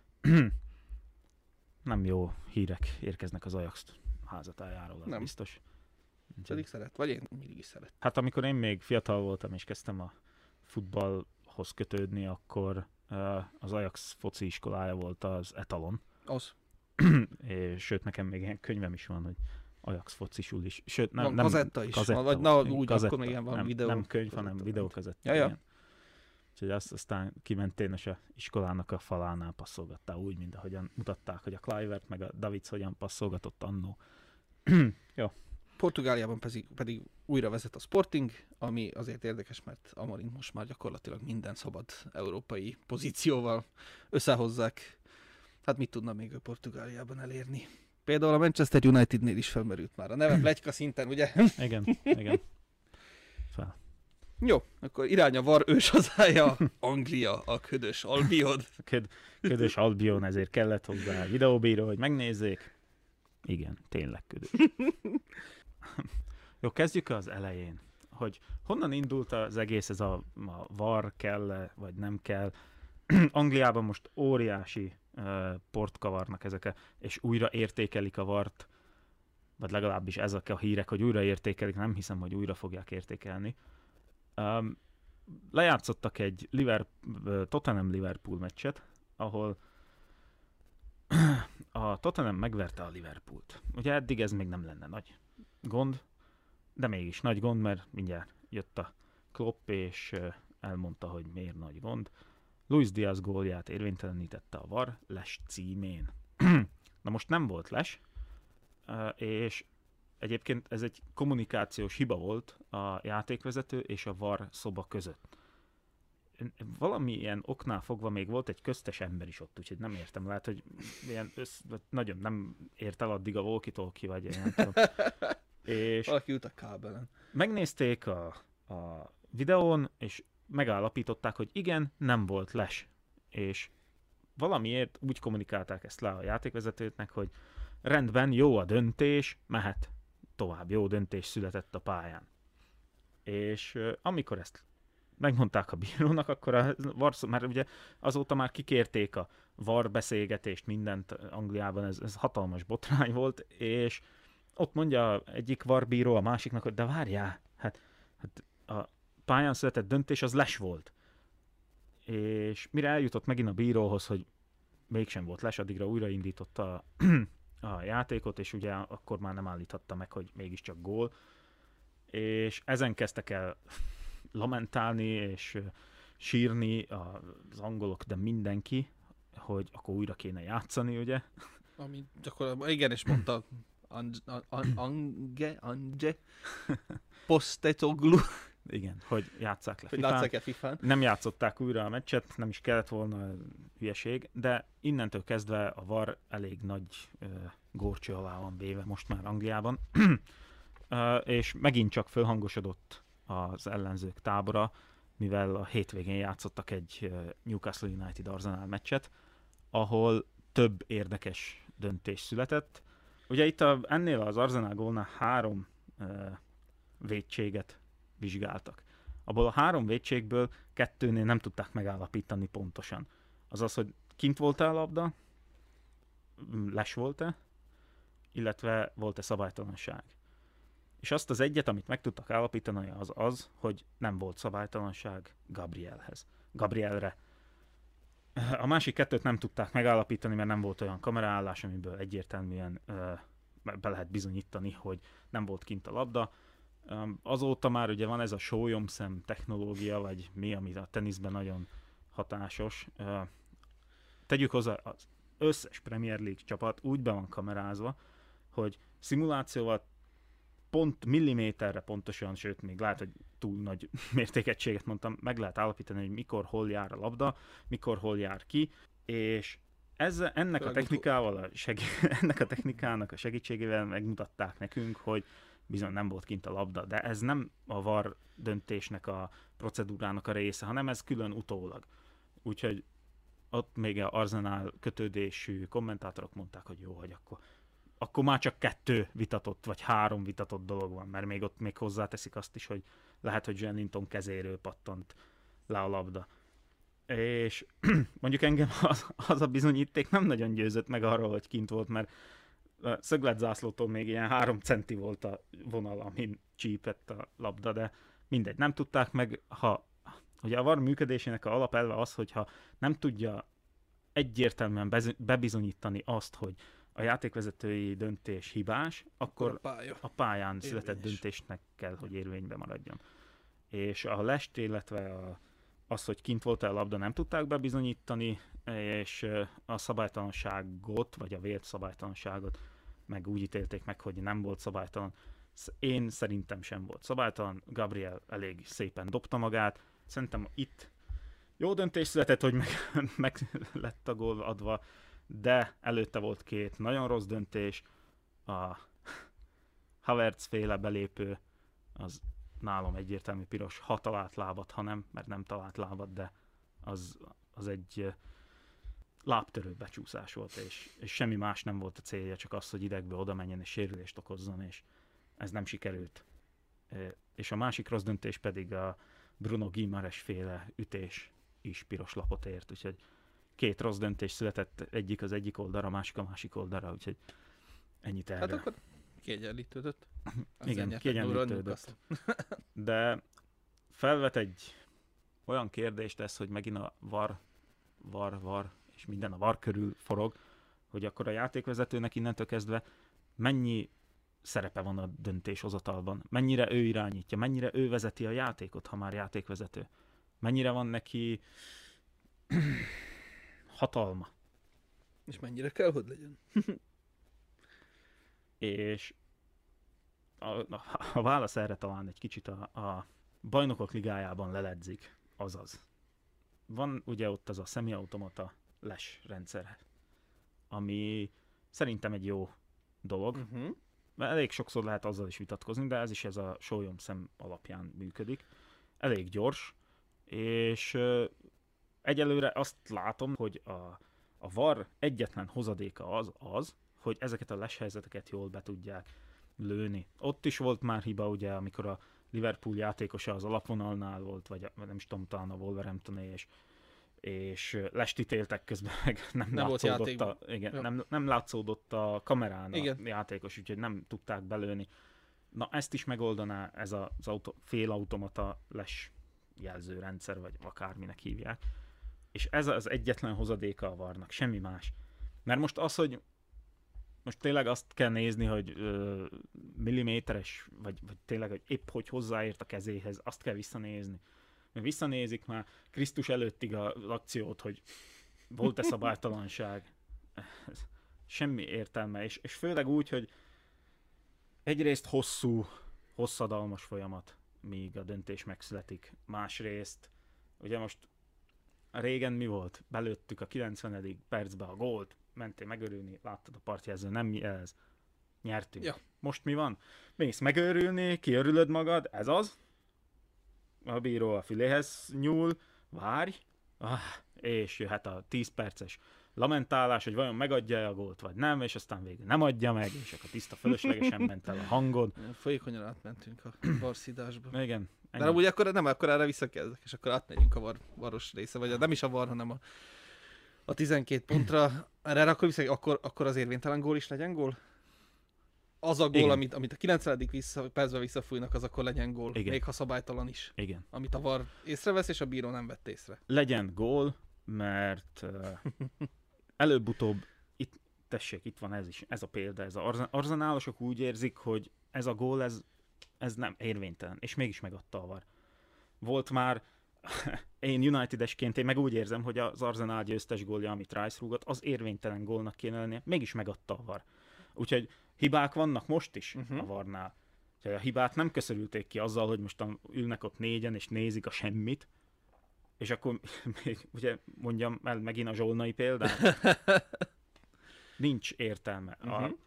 nem jó hírek érkeznek az Ajax házatájáról, az nem biztos. Pedig szeret, vagy én mindig is szeret. Hát amikor én még fiatal voltam, és kezdtem a futballhoz kötődni, akkor az Ajax foci iskolája volt az etalon. Az. És sőt, nekem még ilyen könyvem is van, hogy Ajax focisul is. Sőt, nem kazetta is. Kazetta, vagy na, úgy, kazetta. Akkor még van videó. Nem könyv, hanem videókazetta. Ja. Úgyhogy azt aztán kimentél, és a iskolának a falánál passzolgattál úgy, mint ahogyan mutatták, hogy a Kluivert meg a Davids hogyan passzolgatott annó. Jó. Portugáliában pedig újra vezet a Sporting, ami azért érdekes, mert Amorim most már gyakorlatilag minden szabad európai pozícióval összehozzák. Hát mit tudna még ő Portugáliában elérni? Például a Manchester Unitednél is felmerült már a neve pletyka szinten, ugye? Igen. Fel. Jó, akkor irány a VAR őshazája, Anglia, a ködös Albion. Ködös Albion, ezért kellett hozzá videóbíró, hogy megnézzék. Igen, tényleg ködös. Jó, kezdjük az elején, hogy honnan indult az egész, ez a VAR kell vagy nem kell. Angliában most óriási port kavarnak ezek, és újra értékelik a VAR-t, vagy legalábbis ezek a hírek, hogy újra értékelik, nem hiszem, hogy újra fogják értékelni. Lejátszottak egy Tottenham-Liverpool meccset, ahol a Tottenham megverte a Liverpoolt. Ugye eddig ez még nem lenne nagy gond, de mégis nagy gond, mert mindjárt jött a Klopp, és elmondta, hogy miért nagy gond. Luis Diaz gólját érvénytelenítette a VAR les címén. Na most nem volt les, és egyébként ez egy kommunikációs hiba volt a játékvezető és a VAR szoba között. Valamilyen oknál fogva még volt egy köztes ember is ott, úgyhogy nem értem, lehet, hogy ilyen nagyon nem ért el addig a walkie-talkie, vagy ilyen, nem tudom. És valaki ült a kábelen. Megnézték a videón, és megállapították, hogy igen, nem volt les. És valamiért úgy kommunikálták ezt le a játékvezetőknek, hogy rendben, jó a döntés, mehet tovább, jó döntés született a pályán. És amikor ezt megmondták a bírónak, akkor a VAR, mert ugye azóta már kikérték a VAR beszélgetést, mindent Angliában, ez hatalmas botrány volt, és ott mondja egyik VAR bíró a másiknak, hogy de várjál, hát a pályán született döntés az les volt. És mire eljutott megint a bíróhoz, hogy mégsem volt les, addigra újraindította a játékot, és ugye akkor már nem állíthatta meg, hogy mégiscsak gól. És ezen kezdtek el lamentálni, és sírni az angolok, de mindenki, hogy akkor újra kéne játszani, ugye? Ami gyakorlatilag, igen, és mondta Ange Postecoglou. Igen, hogy játsszák le hogy fifán. látszák-e fifán. Nem játszották újra a meccset, nem is kellett volna, hülyeség, de innentől kezdve a VAR elég nagy górcső alá van véve most már Angliában. És megint csak fölhangosodott az ellenzők tábora, mivel a hétvégén játszottak egy Newcastle United Arsenal meccset, ahol több érdekes döntés született. Ugye itt ennél az Arsenal gólnál 3 vétséget vizsgáltak. Abból a 3 vétségből 2-nél nem tudták megállapítani pontosan. Azaz, hogy kint volt-e a labda, les volt-e, illetve volt-e szabálytalanság. És azt az egyet, amit meg tudtak állapítani, az, hogy nem volt szabálytalanság Gabrielre. A másik 2-t nem tudták megállapítani, mert nem volt olyan kameraállás, amiből egyértelműen be lehet bizonyítani, hogy nem volt kint a labda. Azóta már ugye van ez a sólyomszem technológia, vagy mi, ami a teniszben nagyon hatásos. Tegyük hozzá, az összes Premier League csapat úgy be van kamerázva, hogy szimulációval pont milliméterre pontosan, sőt még lehet, hogy túl nagy mértékegységet mondtam, meg lehet állapítani, hogy mikor, hol jár a labda, mikor, hol jár ki, és ennek a technikával, ennek a technikának a segítségével megmutatták nekünk, hogy bizony nem volt kint a labda, de ez nem a VAR döntésnek a procedúrának a része, hanem ez külön utólag. Úgyhogy ott még az Arsenal kötődésű kommentátorok mondták, hogy jó, hogy akkor már csak 2 vitatott, vagy 3 vitatott dolog van, mert még ott még hozzáteszik azt is, hogy lehet, hogy Joelinton kezéről pattant le a labda. És mondjuk engem az a bizonyíték nem nagyon győzött meg arról, hogy kint volt, mert a szögletzászlótól még ilyen 3 centi volt a vonal, amin csípett a labda, de mindegy, nem tudták meg, ugye a VAR működésének a alapelve az, hogyha nem tudja egyértelműen bebizonyítani azt, hogy a játékvezetői döntés hibás, akkor a pályán született döntésnek kell, hogy érvénybe maradjon. És a lest, illetve az, hogy kint volt-e a labda, nem tudták bebizonyítani, és a szabálytalanságot, vagy a vélt szabálytalanságot meg úgy ítélték meg, hogy nem volt szabálytalan. Én szerintem sem volt szabálytalan, Gabriel elég szépen dobta magát, szerintem itt jó döntés született, hogy meg lett a gól adva, de előtte volt 2 nagyon rossz döntés, a Havertz féle belépő, az nálam egyértelmű piros, ha talált lábat, ha nem, mert nem talált lábat, de az egy lábtörő becsúszás volt, és semmi más nem volt a célja, csak az, hogy idegbe oda menjen és sérülést okozzon, és ez nem sikerült. És a másik rossz döntés pedig a Bruno Guimaraes féle ütés is piros lapot ért, úgyhogy 2 rossz döntés született, egyik az egyik oldalra, másik a másik oldalra, úgyhogy ennyit erről. Hát akkor kiegyenlítődött. Igen, kiegyenlítődött. De felvet egy olyan kérdést ez, hogy megint a VAR, és minden a VAR körül forog, hogy akkor a játékvezetőnek innentől kezdve mennyi szerepe van a döntéshozatalban, mennyire ő irányítja, mennyire ő vezeti a játékot, ha már játékvezető. Mennyire van neki hatalma. És mennyire kell, hogy legyen. És a válasz erre talán egy kicsit a bajnokok ligájában leledzik, azaz. Van ugye ott az a szemiautomata les rendszer, ami szerintem egy jó dolog, mert elég sokszor lehet azzal is vitatkozni, de ez a sólyom szem alapján működik. Elég gyors, és egyelőre azt látom, hogy a VAR egyetlen hozadéka az, hogy ezeket a les helyzeteket jól be tudják lőni. Ott is volt már hiba, ugye, amikor a Liverpool játékosa az alapvonalnál volt, vagy nem is tudom, talán a Wolverhamptoné, és lestítéltek közben, meg nem látszódott a kamerán a játékos, úgyhogy nem tudták belőni. Na, ezt is megoldaná ez az félautomata les jelzőrendszer, vagy akárminek hívják. És ez az egyetlen hozadéka a VAR-nak, semmi más. Mert most az, hogy most tényleg azt kell nézni, hogy milliméteres, vagy tényleg, hogy épp hogy hozzáért a kezéhez, azt kell visszanézni. Mert visszanézik már Krisztus előttig az akciót, hogy volt-e szabálytalanság. Semmi értelme, és főleg úgy, hogy egyrészt hosszadalmas folyamat, míg a döntés megszületik. Másrészt, ugye most régen mi volt? Belőttük a 90. percbe a gólt, mentél megörülni, láttad a partjelző, nem jelez. Nyertünk. Ja. Most mi van? Mész megőrülni, kiörülöd magad, ez az. A bíró a füléhez nyúl, várj, és jöhet a 10 perces lamentálás, hogy vajon megadja a gólt, vagy nem, és aztán végül nem adja meg, és akkor tiszta fölöslegesen ment el a hangod. Folyékonyan átmentünk a varszidásba. Igen. De amúgy akkor erre visszakezdek, és akkor átmegyünk a varos része, vagy nem is a var, hanem a 12 pontra. Erre akkor az érvénytelen gól is legyen gól? Az a gól, amit a 90. percben visszafújnak, az akkor legyen gól. Igen. Még ha szabálytalan is. Igen. Amit a VAR észrevesz, és a bíró nem vett észre. Legyen gól, mert előbb-utóbb, itt van ez is, ez a példa, ez az arzenálosok úgy érzik, hogy ez a gól, ez nem érvénytelen, és mégis megadta a VAR. Volt már, én United-esként én meg úgy érzem, hogy az Arsenal győztes gólja, amit Rice rúgott, az érvénytelen gólnak kéne lennie, mégis megadta a VAR. Úgyhogy hibák vannak most is a VAR-nál. Úgyhogy a hibát nem köszörülték ki azzal, hogy most ülnek ott 4-en és nézik a semmit, és akkor még, ugye mondjam el megint a zsolnai példát. Nincs értelme.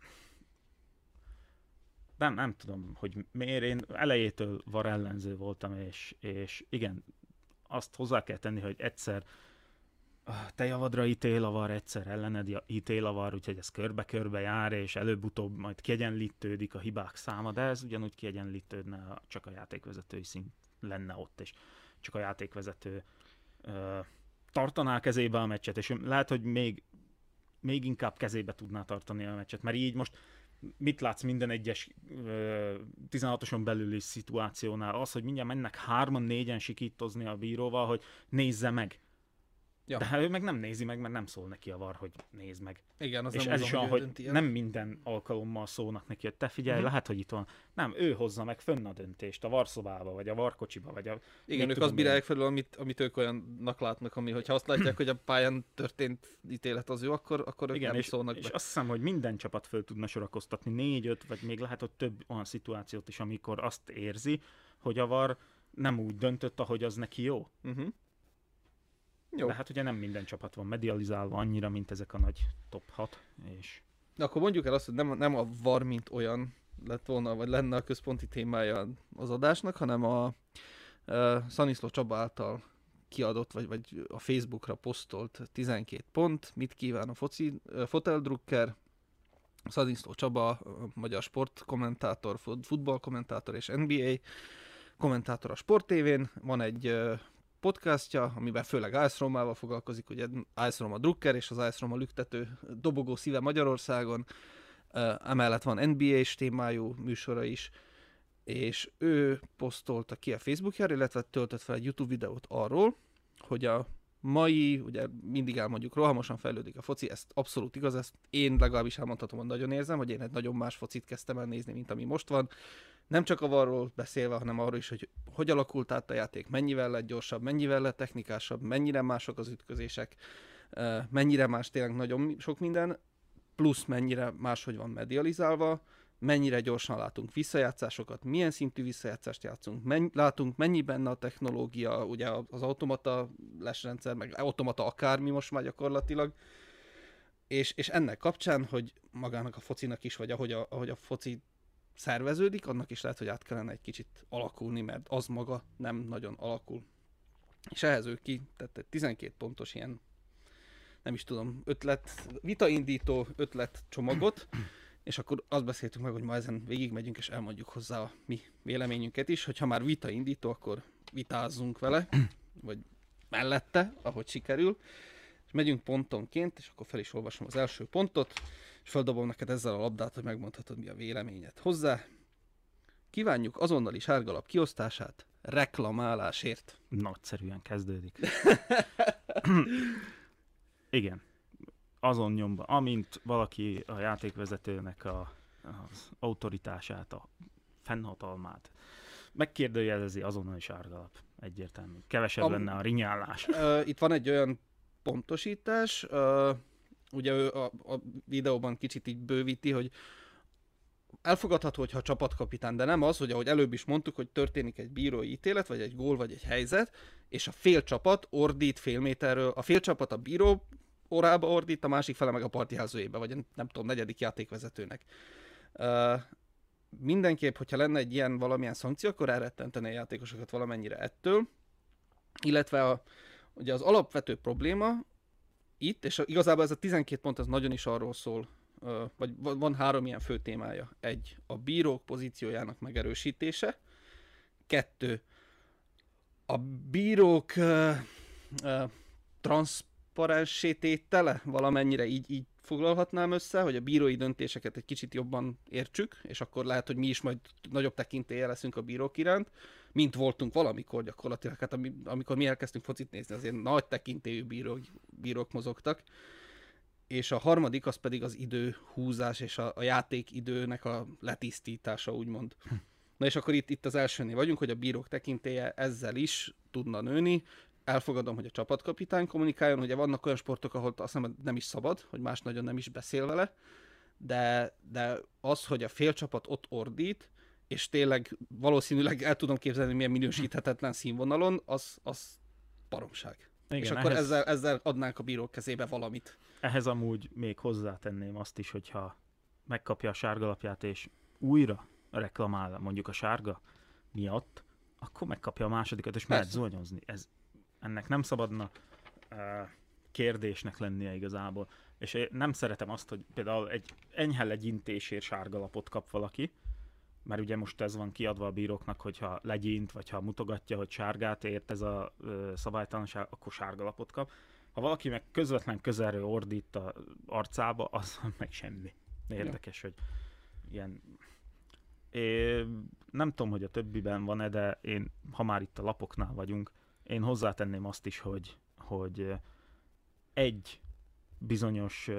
Nem tudom, hogy miért. Én elejétől VAR ellenző voltam, és igen, azt hozzá kell tenni, hogy egyszer te javadra ítél a VAR, egyszer ellened ítél a VAR, úgyhogy ez körbe-körbe jár, és előbb-utóbb majd kiegyenlítődik a hibák száma, de ez ugyanúgy kiegyenlítődne, csak a játékvezetői szint lenne ott, és csak a játékvezető tartaná kezébe a meccset, és lehet, hogy még inkább kezébe tudná tartani a meccset, mert így most mit látsz minden egyes 16-oson belüli szituációnál? Az, hogy mindjárt mennek 3-4-en sikítozni a bíróval, hogy nézze meg. De hát ő meg nem nézi meg, mert nem szól neki a VAR, hogy nézd meg. Igen, az És nem ez úgy is van, olyan, hogy ő hogy dönti el. nem minden alkalommal szólnak neki, hogy te figyelj, lehet, hogy itt van. Nem, ő hozza meg fönn a döntést a VAR szobába, vagy a VAR kocsiba, vagy a... Igen, ők azt bírálják felül, amit ők olyannak látnak, ami, hogyha azt látják, hogy a pályán történt ítélet az ő, akkor ők Igen, nem szólnak és be. azt hiszem, hogy minden csapat föl tudna sorakoztatni 4-5, vagy még lehet, hogy több olyan szituációt is, amikor azt érzi, hogy a VAR nem úgy döntött, ahogy az neki jó. Jó. De hát ugye nem minden csapat van medializálva annyira, mint ezek a nagy top 6, és... De akkor mondjuk el azt, hogy nem a VAR mint olyan lett volna, vagy lenne a központi témája az adásnak, hanem a Szaniszló Csaba által kiadott, vagy a Facebookra posztolt 12 pont, mit kíván a foteldrukker, Szaniszló Csaba, magyar sportkommentátor, futballkommentátor és NBA kommentátor a Sport TV-n, van egy podcastja, amiben főleg AS Rómával foglalkozik, ugye AS Róma drukker és az AS Róma lüktető dobogó szíve Magyarországon, emellett van NBA-s témájú műsora is, és ő posztolta ki a Facebookjára, illetve töltött fel egy YouTube videót arról, hogy a mai, ugye mindig elmondjuk, rohamosan fejlődik a foci, ez abszolút igaz, ezt én legalábbis elmondhatom, hogy nagyon érzem, hogy én egy nagyon más focit kezdtem el nézni, mint ami most van. Nem csak a varról beszélve, hanem arról is, hogy alakult át a játék, mennyivel lett gyorsabb, mennyivel lett technikásabb, mennyire mások az ütközések, mennyire más tényleg nagyon sok minden, plusz mennyire máshogy van medializálva, mennyire gyorsan látunk visszajátszásokat, milyen szintű visszajátszást játszunk, látunk mennyi benne a technológia, ugye az automata lesrendszer, meg automata akármi most már gyakorlatilag, és ennek kapcsán, hogy magának a focinak is, vagy ahogy a foci szerveződik, annak is lehet, hogy át kellene egy kicsit alakulni, mert az maga nem nagyon alakul. És ehhez ő ki tett egy 12 pontos ilyen, nem is tudom, vitaindító ötlet csomagot, és akkor azt beszéltünk meg, hogy ma ezen végigmegyünk, és elmondjuk hozzá a mi véleményünket is, hogy ha már vitaindító, akkor vitázzunk vele, vagy mellette, ahogy sikerül, és megyünk pontonként, és akkor fel is olvasom az első pontot, és feldobom neked ezzel a labdát, hogy megmondhatod, mi a véleményed hozzá. Kívánjuk azonnali sárgalap kiosztását reklamálásért. Nagyszerűen kezdődik. Igen. Azon nyomban, amint valaki a játékvezetőnek az autoritását, a fennhatalmát megkérdőjelezi, azonnali sárgalap. Egyértelmű. Kevesebb lenne a rinyálás. Itt van egy olyan pontosítás, ugye ő a videóban kicsit így bővíti, hogy elfogadható, hogyha a csapatkapitán, de nem az, hogy ahogy előbb is mondtuk, hogy történik egy bírói ítélet, vagy egy gól, vagy egy helyzet, és a fél csapat ordít fél méterről, a fél csapat a bíró órába ordít, a másik fele meg a partiházőjébe, vagy nem tudom, negyedik játékvezetőnek. Mindenképp, hogyha lenne egy ilyen valamilyen szankció, akkor elrettenteni a játékosokat valamennyire ettől, illetve ugye az alapvető probléma itt, és igazából ez a 12 pont, ez nagyon is arról szól, vagy van 3 ilyen fő témája. 1. A bírók pozíciójának megerősítése. 2. A bírók transzparensé tétele, valamennyire így foglalhatnám össze, hogy a bírói döntéseket egy kicsit jobban értsük, és akkor lehet, hogy mi is majd nagyobb tekintélye leszünk a bírók iránt, mint voltunk valamikor gyakorlatilag. Hát amikor mi elkezdtünk focit nézni, azért nagy tekintélyű bírók mozogtak. És a harmadik az pedig az időhúzás és a játékidőnek a letisztítása, úgymond. Na és akkor itt az elsőnél vagyunk, hogy a bírók tekintélye ezzel is tudna nőni. Elfogadom, hogy a csapatkapitány kommunikáljon, ugye vannak olyan sportok, ahol azt hiszem nem is szabad, hogy más nagyon nem is beszél vele, de az, hogy a fél csapat ott ordít, és tényleg valószínűleg el tudom képzelni, milyen minősíthetetlen színvonalon, az baromság. Igen, és akkor ezzel adnánk a bírók kezébe valamit. Ehhez amúgy még hozzátenném azt is, hogyha megkapja a sárgalapját, és újra reklamál mondjuk a sárga miatt, akkor megkapja a másodikat, és mehet zuhanyozni. Ennek nem szabadna kérdésnek lennie igazából. És én nem szeretem azt, hogy például egy enyhe legyintésért sárgalapot kap valaki, mert ugye most ez van kiadva a bíróknak, hogyha legyint, vagy ha mutogatja, hogy sárgát ért ez a szabálytalanság, akkor sárgalapot kap. Ha valaki meg közvetlen közelről ordít a arcába, az meg semmi. Érdekes, hogy ilyen... Én nem tudom, hogy a többiben van-e, de én, ha már itt a lapoknál vagyunk, én hozzátenném azt is, hogy egy bizonyos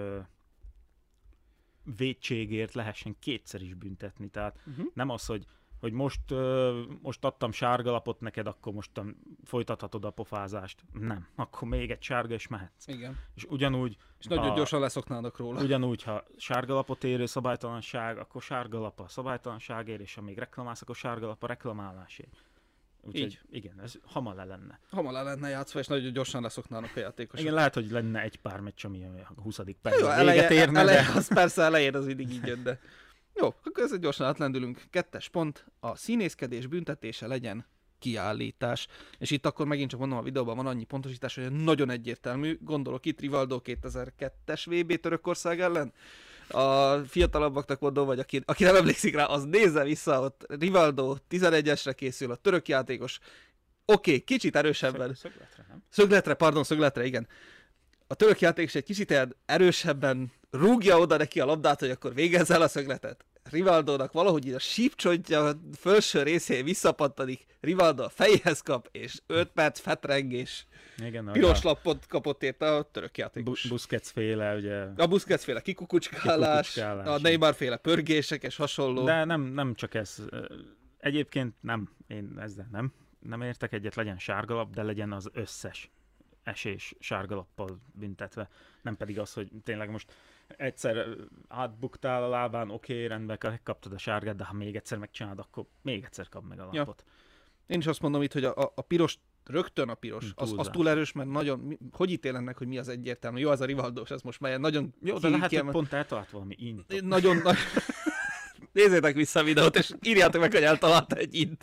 vétségért lehessen kétszer is büntetni. Tehát nem az, hogy most adtam sárgalapot neked, akkor most folytathatod a pofázást. Nem. Akkor még egy sárga, és mehetsz. Igen. És ugyanúgy... És nagyon gyorsan leszoknának róla. Ugyanúgy, ha sárgalapot érő szabálytalanság, akkor sárgalap a szabálytalanságért, és ha még reklamálsz, akkor sárgalap a reklamálásért. Úgyhogy igen, ez hamar le lenne. Hamar le lenne játszva, és nagyon gyorsan leszoknának a játékosok. Igen, lehet, hogy lenne egy pár meccs, ami a 20. percben véget érne, de... Az persze elején az mindig így jön, de... Jó, akkor ezzel gyorsan átlendülünk. 2. pont, a színészkedés büntetése legyen kiállítás. És itt akkor megint csak mondom, a videóban van annyi pontosítás, hogy nagyon egyértelmű. Gondolok itt Rivaldo 2002-es VB Törökország ellen. A fiatalabbaknak mondom, vagy aki nem emlékszik rá, az nézze vissza, ott Rivaldo 11-esre készül, a török játékos. Oké, kicsit erősebben. Szögletre, nem? Szögletre, igen. A török játékos egy kicsit erősebben rúgja oda neki a labdát, hogy akkor végezz el a szögletet. Rivaldónak valahogy így a sípcsontja felső részén visszapattanik, Rivaldo a fejhez kap, és 5 perc fetrengés. Igen, piros lapot kapott érte a török játékos. Busquets féle, ugye. A Busquets féle kikukucskálás, a Neymar féle pörgések és hasonló. De nem csak ez. Egyébként én ezzel nem értek egyet, legyen sárgalap, de legyen az összes esés sárgalappal büntetve. Nem pedig az, hogy tényleg most egyszer átbuktál a lábán, oké, rendben, kaptad a sárgát, de ha még egyszer megcsinálod, akkor még egyszer kap meg a lapot. Ja. Én is azt mondom itt, hogy a piros, rögtön a piros, az túl erős, mert nagyon, hogy ítélnek, hogy mi az egyértelmű. Jó, az a Rivaldós, ez most már nagyon... Jó, de lehet, hogy pont eltalált valami int. Nagyon... Nézzétek vissza a videót, és írjátok meg, hogy eltalálta egy int.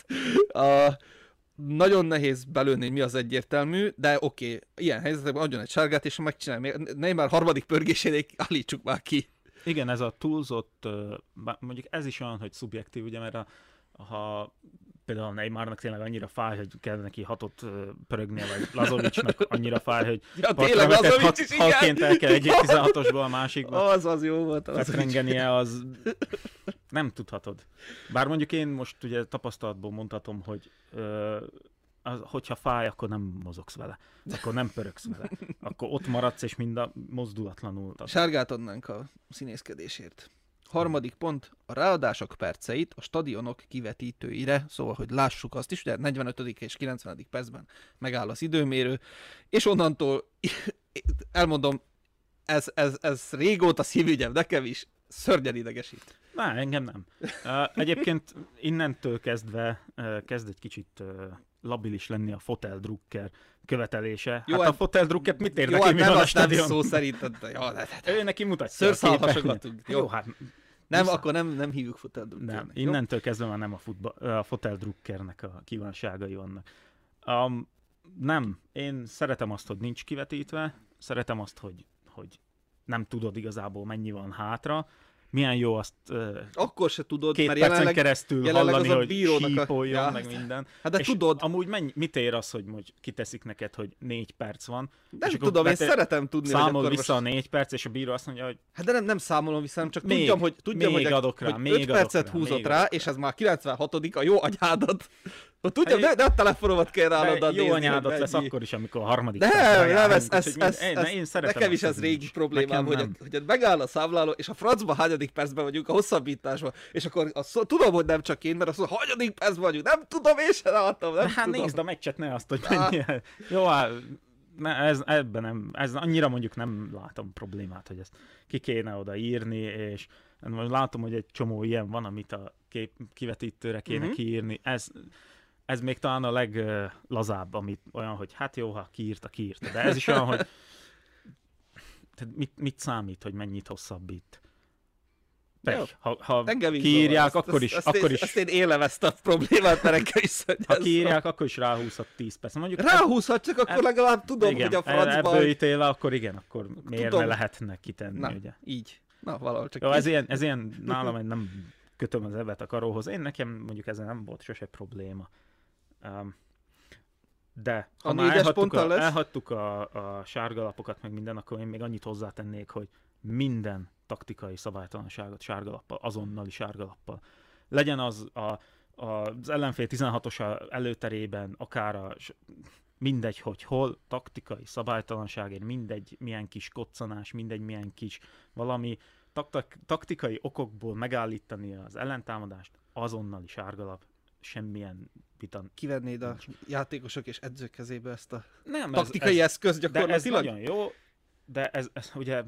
Nagyon nehéz belőni, mi az egyértelmű, de oké, ilyen helyzetekben adjon egy sárgát, és megcsinálja. Neymar harmadik pörgésénél állítsuk már ki. Igen, ez a túlzott, mondjuk ez is olyan, hogy szubjektív, ugye, mert ha például Neymarnak tényleg annyira fáj, hogy kell neki 6-ot pörögnie, vagy Lazovicsnak annyira fáj, hogy tényleg Lazovics is halként el kell egyik 16-osból a másikba. Az jó volt. Fetrengenie, az nem tudhatod. Bár mondjuk én most ugye tapasztalatból mondhatom, hogy hogyha fáj, akkor nem mozogsz vele. Akkor nem pörögsz vele. Akkor ott maradsz, és mind mozdulatlanul. Sárgát adnánk a színészkedésért. 3. pont, a ráadások perceit a stadionok kivetítőire, szóval, hogy lássuk azt is, ugye 45. és 90. percben megáll az időmérő, és onnantól, elmondom, ez régóta szívügyem, nekem is szörnyen idegesít. Engem nem. Egyébként innentől kezdve kezd egy kicsit labilis lenni a foteldrukker követelése. Jó, hát a foteldrukkert mit ér neki, mi van a stadion? Nem szó szerint, ő neki mutatja. Szőrszálhasogatunk. Jó, hát... akkor nem hívjuk foteldrukkernek. Nem, innentől kezdve már nem a foteldrukkernek a kívánságai vannak. Nem, én szeretem azt, hogy nincs kivetítve, szeretem azt, hogy nem tudod igazából mennyi van hátra, milyen jó azt akkor se tudod, 2 mert percen keresztül hallani, hogy sípoljon, meg minden. Hát de és tudod. Amúgy mit ér az, hogy kiteszik neked, hogy 4 perc van? Nem tudom, én szeretem tudni, hogy számol vissza a 4 perc, és a bíró azt mondja, hogy... Hát de nem számolom vissza, hanem csak tudjam, hogy 5 percet húzott rá, és ez már 96. a jó anyádat. Tudjam, de a telefonomat kell ráadni. Jó anyádat lesz akkor is, amikor a harmadik nem, én szeretem. Nekem is ez régi problémám, hogy megáll a számláló, és a francba hányadik percben vagyunk a hosszabbításban, és akkor tudom, hogy nem csak én, mert azt mondom, hanyadik percben vagyunk, nem tudom, én sem láttam, nem tudom. Nézd a meccset, ne azt, hogy mennyi. Jó, ebben nem, ez annyira mondjuk nem látom problémát, hogy ezt ki kéne oda írni, és látom, hogy egy csomó ilyen van, amit a kivetítőre kéne kiírni. Ez még talán a leglazább, amit olyan, hogy hát jó, ha kiírta. De ez is olyan, hogy mit számít, hogy mennyit hosszabbít? Ha kiírják, akkor is... Ezt én élem ezt a problémát, mert engem is szörnyezem. Ha kiírják, akkor is ráhúzhat 10 perc. Ráhúzhat, csak akkor legalább tudom, igen, hogy a francban... Ebből ítélve, akkor igen, akkor miért ne lehetne kitenni, na, ugye? Így. Na, valahol csak jó, ez ilyen nálam, nem kötöm az ebet a karóhoz. Én nekem mondjuk ezzel nem volt sose probléma. De ha már elhagytuk a sárgalapokat, meg minden, akkor én még annyit hozzátennék, hogy minden taktikai szabálytalanságot sárgalappal, azonnali sárgalappal. Legyen az az ellenfél 16-os előterében, akár mindegy, hogy hol, taktikai szabálytalanságért, mindegy, milyen kis koccanás, mindegy, milyen kis valami taktikai okokból megállítani az ellentámadást, azonnali sárgalap, semmilyen vita. Kivennéd a játékosok és edzők kezébe ezt a Nem, taktikai eszköz gyakorlatilag? De ez nagyon jó, de ez ugye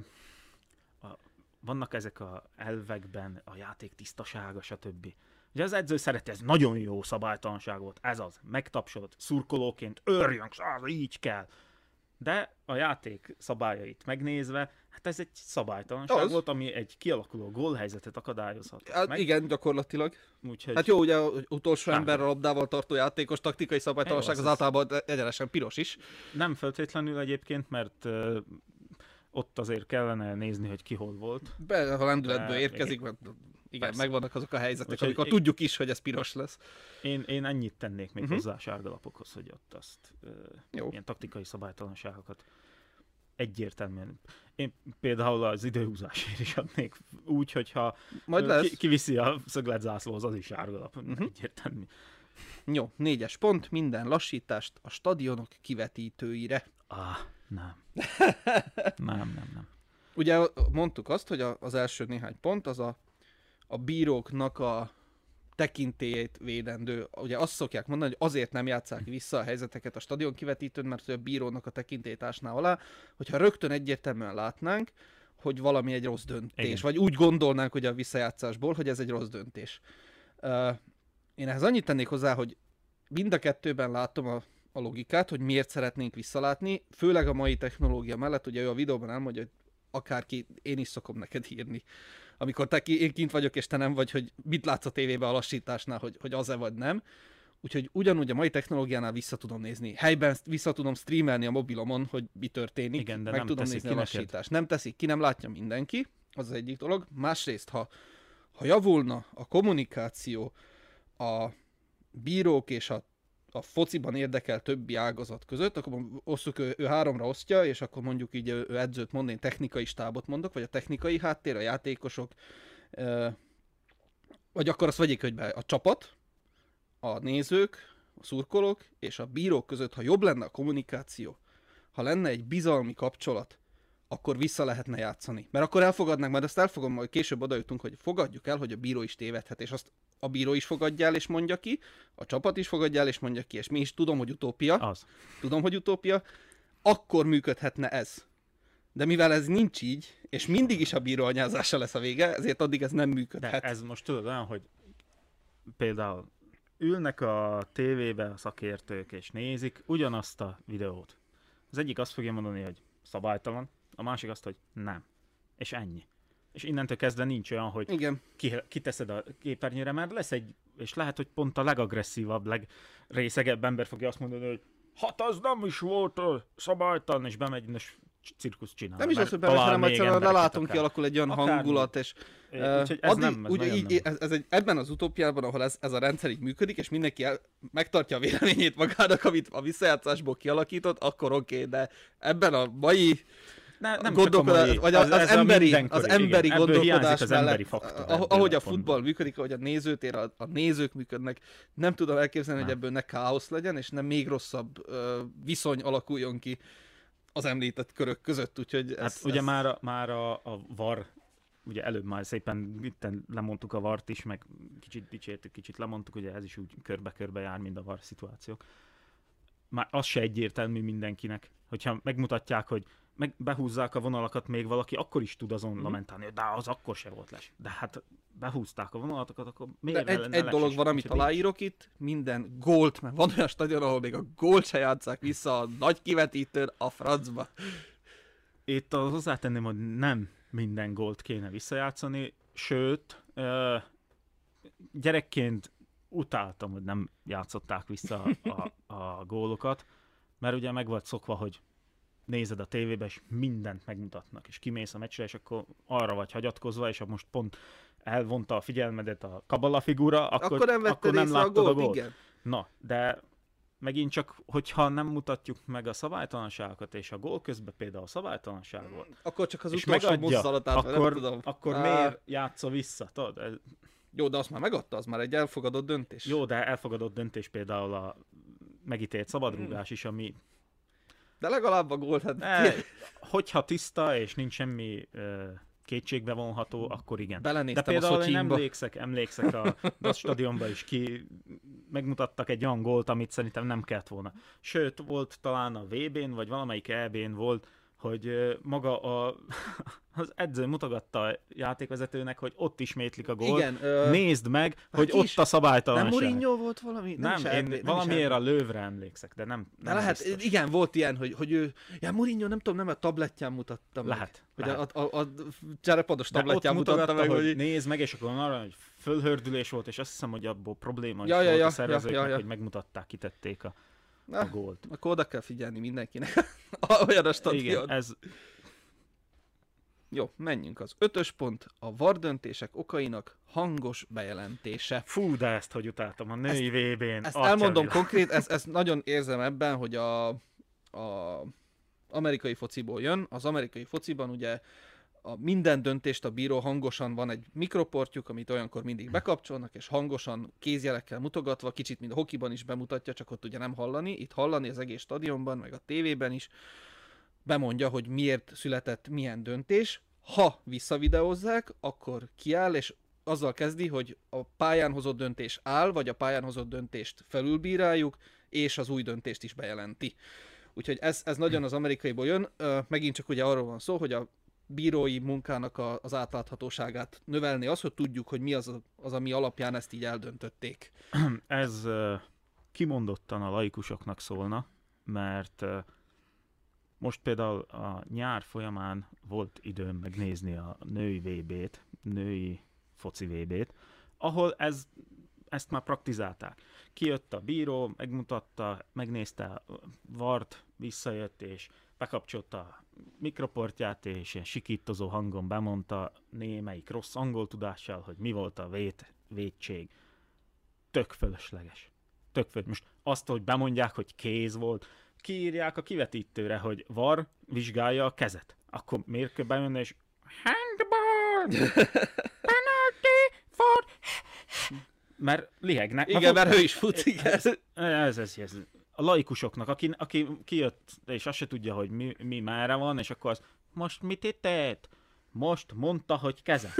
vannak ezek a elvekben a játék tisztasága, stb. Ugye az edző szereti, ez nagyon jó szabálytalanság volt, ez az, megtapsolod, szurkolóként, örjön, így kell. De a játék szabályait megnézve, hát ez egy szabálytalanság volt, ami egy kialakuló gólhelyzetet akadályozhat Hát meg. igen, gyakorlatilag. Úgyhogy... Hát jó, ugye utolsó emberre labdával tartó játékos taktikai szabálytalanság az általában egyenesen piros is. Nem feltétlenül egyébként, mert ott azért kellene nézni, hogy ki hol volt. Ha lendületből érkezik, mert igen, megvannak azok a helyzetek, úgyhogy amikor tudjuk is, hogy ez piros lesz. Én ennyit tennék még hozzá a sárgalapokhoz, hogy ott azt jó. Ilyen taktikai szabálytalanságokat egyértelműen. Én például az időhúzásért is adnék úgy, hogyha kiviszi a szögletzászlóhoz, az is sárgalap. Egyértelmű. Jó, 4-es pont, minden lassítást a stadionok kivetítőire. Nem. Nem. Ugye mondtuk azt, hogy az első néhány pont az a bíróknak a tekintélyét védendő. Ugye azt szokják mondani, hogy azért nem játsszák vissza a helyzeteket a stadion kivetítőn, mert a bírónak a tekintélyét ásná alá, hogyha rögtön egyértelműen látnánk, hogy valami egy rossz döntés, igen. Vagy úgy gondolnánk, hogy a visszajátszásból, hogy ez egy rossz döntés. Én ehhez annyit tennék hozzá, hogy mind a kettőben látom a logikát, hogy miért szeretnénk visszalátni, főleg a mai technológia mellett, ugye ő a videóban elmondja, hogy akárki, én is szokom neked írni. Amikor én kint vagyok, és te nem vagy, hogy mit látsz a tévében a lassításnál, hogy az-e vagy nem. Úgyhogy ugyanúgy a mai technológiánál vissza tudom nézni. Helyben vissza tudom streamelni a mobilomon, hogy mi történik. Igen, de meg nem tudom nézni a lassítást. Nem teszik ki, nem látja mindenki. Az egyik dolog. Másrészt, ha javulna a kommunikáció a bírók és a fociban érdekel többi ágazat között, akkor osszuk, ő 3-ra osztja, és akkor mondjuk így ő edzőt mond, én technikai stábot mondok, vagy a technikai háttér, a játékosok, vagy akkor azt vegyék, hogy a csapat, a nézők, a szurkolók és a bírók között, ha jobb lenne a kommunikáció, ha lenne egy bizalmi kapcsolat, akkor vissza lehetne játszani. Mert akkor elfogadnánk, majd azt elfogom, majd később odajutunk, hogy fogadjuk el, hogy a bíró is tévedhet, és azt a bíró is fogadja el és mondja ki, a csapat is fogadja el és mondja ki, és mi is tudom, hogy utópia. Tudom, hogy utópia. Akkor működhetne ez. De mivel ez nincs így, és mindig is a bíró anyázása lesz a vége, ezért addig ez nem működhet. De ez most tudod olyan, hogy például ülnek a tévébe a szakértők, és nézik ugyanazt a videót. Az egyik azt fogja mondani, hogy szabálytalan, a másik azt, hogy nem. És ennyi. És innentől kezdve nincs olyan, hogy kiteszed a képernyőre, mert lesz egy, és lehet, hogy pont a legagresszívabb, legrészegebb ember fogja azt mondani, hogy hát az nem is volt szabálytalan, és bemegy, és cirkusz csinál. Nem is az, hogy bemegy, hanem egyszerűen lelátunk, kialakul egy olyan hangulat, és ebben az utópiában, ahol ez a rendszer így működik, és mindenki megtartja a véleményét magának, amit a visszajátszásból kialakított, akkor oké, de ebben a mai vagy az emberi gondolkodás mellett, ahogy a futball működik, ahogy a nézőtér, a nézők működnek, nem tudom elképzelni, hogy ebből ne káosz legyen, és nem még rosszabb viszony alakuljon ki az említett körök között, úgyhogy ugye már a VAR, ugye előbb már szépen itten lemondtuk a VAR-t is, meg kicsit dicsértük, kicsit lemondtuk, ugye ez is úgy körbe-körbe jár, mint a VAR szituációk. Már az se egyértelmű mindenkinek, hogyha megmutatják, hogy behúzzák a vonalakat még valaki, akkor is tud azon lamentálni, hogy de az akkor se volt les. De hát behúzták a vonalatokat, akkor miért egy dolog van, amit aláírok itt, minden gólt, mert van olyan stadion, ahol még a gólt se játsszák vissza a nagy kivetítőn a francba. Itt hozzátenném, hogy nem minden gólt kéne visszajátszani, sőt, gyerekként utáltam, hogy nem játszották vissza a gólokat, mert ugye meg volt szokva, hogy nézed a tévébe, és mindent megmutatnak, és kimész a meccsre, és akkor arra vagy hagyatkozva, és ha most pont elvonta a figyelmedet a kabala figura, akkor nem láttad a gólt. Igen. Na, de megint csak, hogyha nem mutatjuk meg a szabálytalanságokat, és a gól közben például a szabálytalanság volt, akkor csak az utolsó mozzalatát, akkor miért játssza vissza? Tudod? Jó, de azt már megadta, az már egy elfogadott döntés. Jó, de elfogadott döntés például a megítélt szabadrúgás is, ami... De legalább a gólt, hát... Hogyha tiszta, és nincs semmi kétségbe vonható, akkor igen. Belenéztem de például a én emlékszek a DAS stadionban is megmutattak egy olyan gólt, amit szerintem nem kellett volna. Sőt, volt talán a VB-n, vagy valamelyik EB-n volt, hogy maga az edző mutogatta a játékvezetőnek, hogy ott ismétlik a gólt. Igen, nézd meg, hogy ott a szabálytalanság. Nem Mourinho volt valami? Nem, én valamiért a Lővre emlékszek, de nem lehet, biztos. Igen, volt ilyen, hogy ő... Ja, Mourinho, nem tudom, nem a tabletján mutatta meg. Lehet. Hogy a cserepados tabletján mutatta meg, hogy nézd meg, és akkor arra, hogy fölhördülés volt, és azt hiszem, hogy abból probléma is volt a szervezőknek, hogy megmutatták, kitették a gólt. Akkor oda kell figyelni mindenkinek. Olyan a stadion. Igen, ez... Jó, menjünk az 5-ös pont, a VAR döntések okainak hangos bejelentése. Fú, de ezt hogy utáltam a női VB-n. Ezt elmondom konkrét, ezt nagyon érzem ebben, hogy a amerikai fociból jön. Az amerikai fociban ugye minden döntést a bíró hangosan, van egy mikroportjuk, amit olyankor mindig bekapcsolnak, és hangosan kézjelekkel mutogatva, kicsit mint a hokiban is bemutatja, csak ott ugye nem hallani. Itt hallani az egész stadionban, meg a tévében is. Bemondja, hogy miért született milyen döntés. Ha visszavideózzák, akkor kiáll, és azzal kezdi, hogy a pályán hozott döntés áll, vagy a pályán hozott döntést felülbíráljuk, és az új döntést is bejelenti. Úgyhogy ez nagyon az amerikaiból jön. Megint csak ugye arról van szó, hogy a bírói munkának az átláthatóságát növelni az, hogy tudjuk, hogy mi az, ami alapján ezt így eldöntötték. Ez kimondottan a laikusoknak szólna, mert most például a nyár folyamán volt időm megnézni a női VB-t, női foci VB-t, ahol ezt már praktizálták. Kijött a bíró, megmutatta, megnézte a VAR-t, visszajött és bekapcsolta a mikroportját, és ilyen sikítozó hangon bemondta némelyik rossz angol tudással, hogy mi volt a vétség. Tök fölösleges. Most azt, hogy bemondják, hogy kéz volt, kiírják a kivetítőre, hogy VAR vizsgálja a kezet. Akkor miért kell bejönni, és handball! Penalty for... Mert lihegnek. Igen, mert ő is fut, igen. Ez. A laikusoknak, aki kijött, és azt se tudja, hogy mi merre van, és akkor az, most mit tett? Most mondta, hogy keze.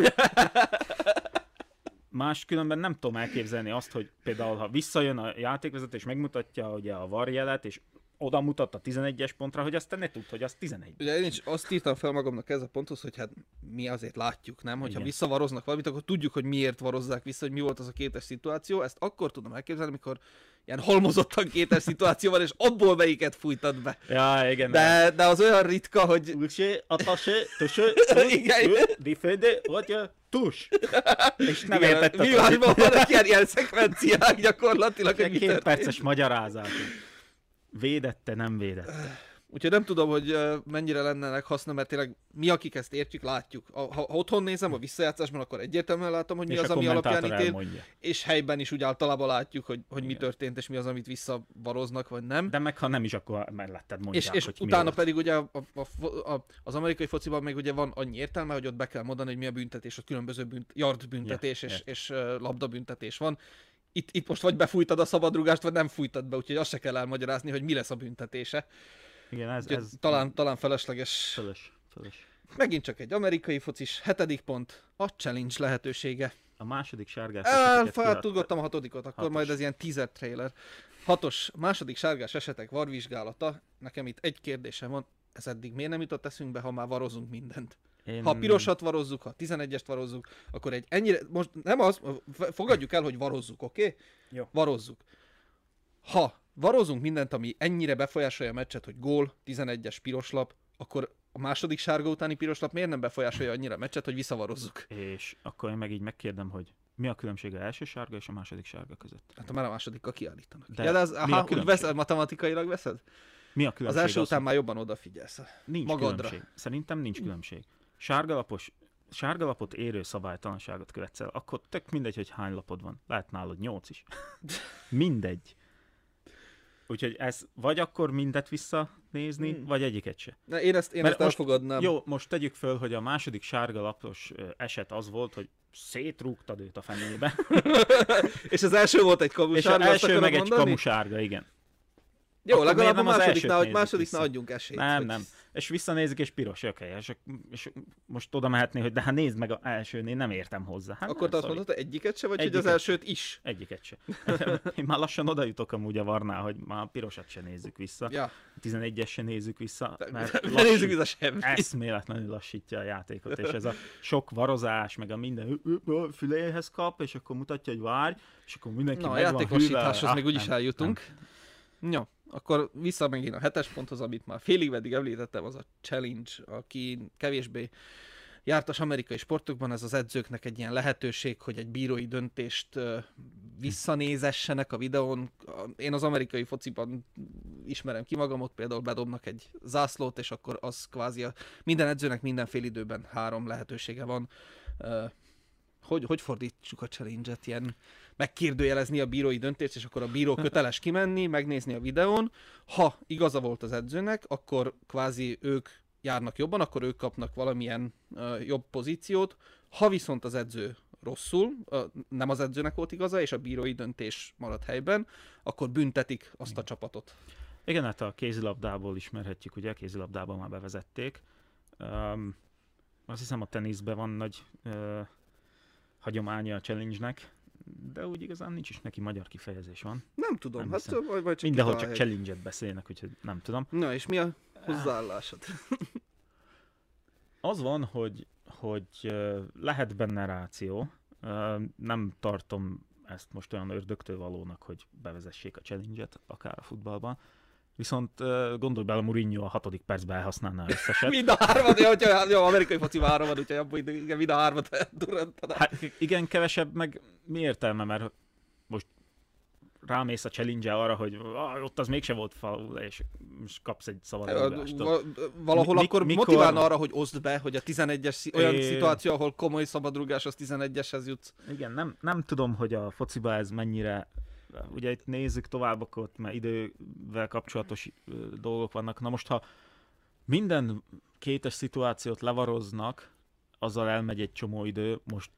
Máskülönben nem tudom elképzelni azt, hogy például, ha visszajön a játékvezető, és megmutatja ugye a VAR jelet, és oda mutat a 11-es pontra, hogy azt te ne tudd, hogy az 11. Ugye én is azt írtam fel magamnak ez a ponthoz, hogy hát mi azért látjuk, nem? Hogyha visszavaroznak valamit, akkor tudjuk, hogy miért varozzák vissza, hogy mi volt az a kétes szituáció. Ezt akkor tudom elképzelni, amikor ilyen halmozottan kétes szituáció van, és abból melyiket fújtad be. Ja, igen. De az olyan ritka, hogy... Ulse, atasé, tusé, defende, vagy tus. És nem értettem. Mi vannak ilyen szekvenciák gyakorlatilag, hogy mi 2 perces magyarázat. Védette, nem védette. Úgyhogy nem tudom, hogy mennyire lennének haszna, mert tényleg mi, akik ezt értjük, látjuk. Ha otthon nézem a visszajátszásban, akkor egyértelműen látom, hogy mi az, ami alapján ítél, és helyben is úgy általában látjuk, hogy mi történt, és mi az, amit visszavaroznak, vagy nem. De meg ha nem is, akkor melletted mondják, és utána pedig ugye az amerikai fociban még ugye van annyi értelme, hogy ott be kell mondani, hogy mi a büntetés, ott különböző yard büntetés és labda büntetés van. Itt most vagy befújtad a szabadrugást, vagy nem fújtad be, úgyhogy azt se kell elmagyarázni, hogy mi lesz a büntetése. Igen, ez talán felesleges. Fölös. Megint csak egy amerikai focis. 7. pont, a challenge lehetősége. A második sárgás Elfogottam a 6-ot, akkor 6-os. majd ez ilyen teaser trailer. 6-os, második sárgás esetek varvizsgálata. Nekem itt egy kérdésem van, ez eddig miért nem jutott eszünkbe, ha már varozunk mindent? Ha pirosat varozzuk, ha 11-est varozzuk, akkor egy ennyire, most nem az, fogadjuk el, hogy varozzuk, oké? Jó. Varozzuk. Ha varozunk mindent, ami ennyire befolyásolja a meccset, hogy gól, 11-es piroslap, akkor a második sárga utáni piroslap miért nem befolyásolja annyira a meccset, hogy visszavarozzuk? És akkor én meg így megkérdem, hogy mi a különbség az első sárga és a második sárga között? Hát már a másodikkal kiállítanak. De úgy veszed, matematikailag veszed? Mi a különbség? Az első után már jobban odafigyelsz. Nincs magadra. Különbség. Szerintem nincs különbség. Sárgalapot érő szabálytalanságot követsz el, akkor tök mindegy, hogy hány lapod van. Lehet nálad 8 is. Mindegy. Úgyhogy ez vagy akkor mindet visszanézni, vagy egyiket se. Én ezt elfogadnám. Jó, most tegyük föl, hogy a második sárgalapos eset az volt, hogy szétrúgtad őt a fenébe. És az első volt egy kamusárga. És az első meg egy kamusárga, igen. Jó, akkor legalább miért a nem az elsőt nézzük másodiknál vissza? adjunk esélyt. Nem. És visszanézik, és piros, oké. És most oda mehetné, hogy de hát nézd meg az elsőn, én nem értem hozzá. Hát Akkor nem, te azt sorry. mondod, egyiket se, vagy Egyiket hogy az elsőt is? Egyiket se. Én már lassan oda jutok amúgy a varnál, hogy már a pirosat se nézzük vissza. Ja. 11-es se nézzük vissza, mert Ne nézzük vissza semmit. eszméletlenül lassítja a játékot, és ez a sok varozás, meg a minden füléhez kap, és akkor mutatja, hogy várj, és akkor mindenki Na, a meg van hűve. játékosításhoz még úgyis nem, eljutunk. Jó, akkor vissza megint a 7-es ponthoz, amit már félig meddig említettem, az a challenge, aki kevésbé jártas amerikai sportokban, ez az edzőknek egy ilyen lehetőség, hogy egy bírói döntést visszanézessenek a videón. Én az amerikai fociban ismerem ki magamot, például bedobnak egy zászlót, és akkor az kvázi minden edzőnek minden félidőben 3 lehetősége van. Hogy fordítsuk a challenge-et? Ilyen megkérdőjelezni a bírói döntést, és akkor a bíró köteles kimenni, megnézni a videón. Ha igaza volt az edzőnek, akkor kvázi ők járnak jobban, akkor ők kapnak valamilyen jobb pozíciót. Ha viszont az edző rosszul, nem az edzőnek volt igaza, és a bírói döntés marad helyben, akkor büntetik azt a csapatot. Igen, hát a kézilabdából ismerhetjük, ugye, kézilabdában már bevezették. Azt hiszem a teniszben van nagy hagyománya a challenge-nek, de úgy igazán nincs is neki magyar kifejezés van. Nem tudom, Nem hát hiszem. vagy csak Mindenhol csak kitalálják. challenge-et beszélnek, úgyhogy nem tudom. Na, és mi a hozzáállásod? Az van, hogy lehet benne ráció. Nem tartom ezt most olyan ördögtől valónak, hogy bevezessék a challenge-et, akár a futballban. Viszont gondolj bele, Mourinho a 6. percben elhasználná összeset. Mind a 3, jó, amerikai foci 3 van, úgyhogy abban igen, mind a 3-at eldurantaná. Hát igen, kevesebb, meg mi értelme, mert most rámész a challenge arra, hogy ott az mégse volt faul, és most kapsz egy szabadrúgást. Valahol akkor mikor... motiválna arra, hogy oszd be, hogy a 11-es olyan szituáció, ahol komoly szabadrúgás, az 11-eshez jutsz. Igen, nem tudom, hogy a fociba ez mennyire... Ugye itt nézzük tovább, akkor ott már idővel kapcsolatos dolgok vannak. Na most, ha minden 2-es szituációt levaroznak, azzal elmegy egy csomó idő. Most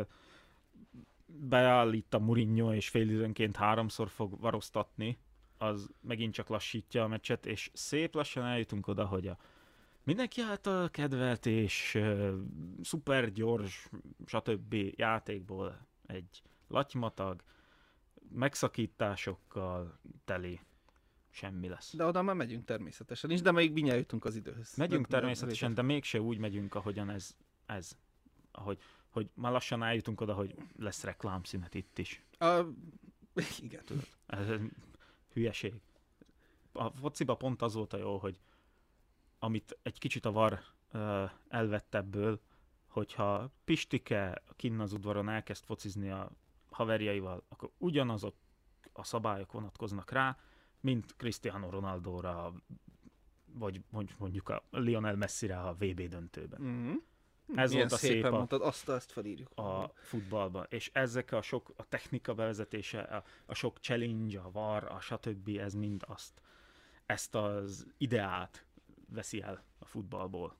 beállít a Mourinho, és félidőnként 3-szor fog varoztatni, az megint csak lassítja a meccset, és szép lassan eljutunk oda, hogy mindenki által kedvelt és szuper gyors, stb. Játékból egy latymatag, megszakításokkal teli semmi lesz. De oda már megyünk természetesen is, de még mindjárt jutunk az időhöz. Megyünk természetesen, de mégse úgy megyünk, ahogyan ez. Hogy már lassan eljutunk oda, hogy lesz reklámszünet itt is. Igen. Tudod, ez hülyeség. A fociba pont az volt a jó, hogy amit egy kicsit a VAR elvett ebből, hogyha Pistike kinn az udvaron elkezd focizni a haverjaival, akkor ugyanazok a szabályok vonatkoznak rá, mint Cristiano Ronaldóra, vagy mondjuk a Lionel Messire a VB döntőben. Mm-hmm. Ez milyen volt a szép mondtad, ezt felírjuk. a futballban. És ezek a technika bevezetése, a sok challenge, a VAR, a stb. Ez mind ezt az ideát veszi el a futballból.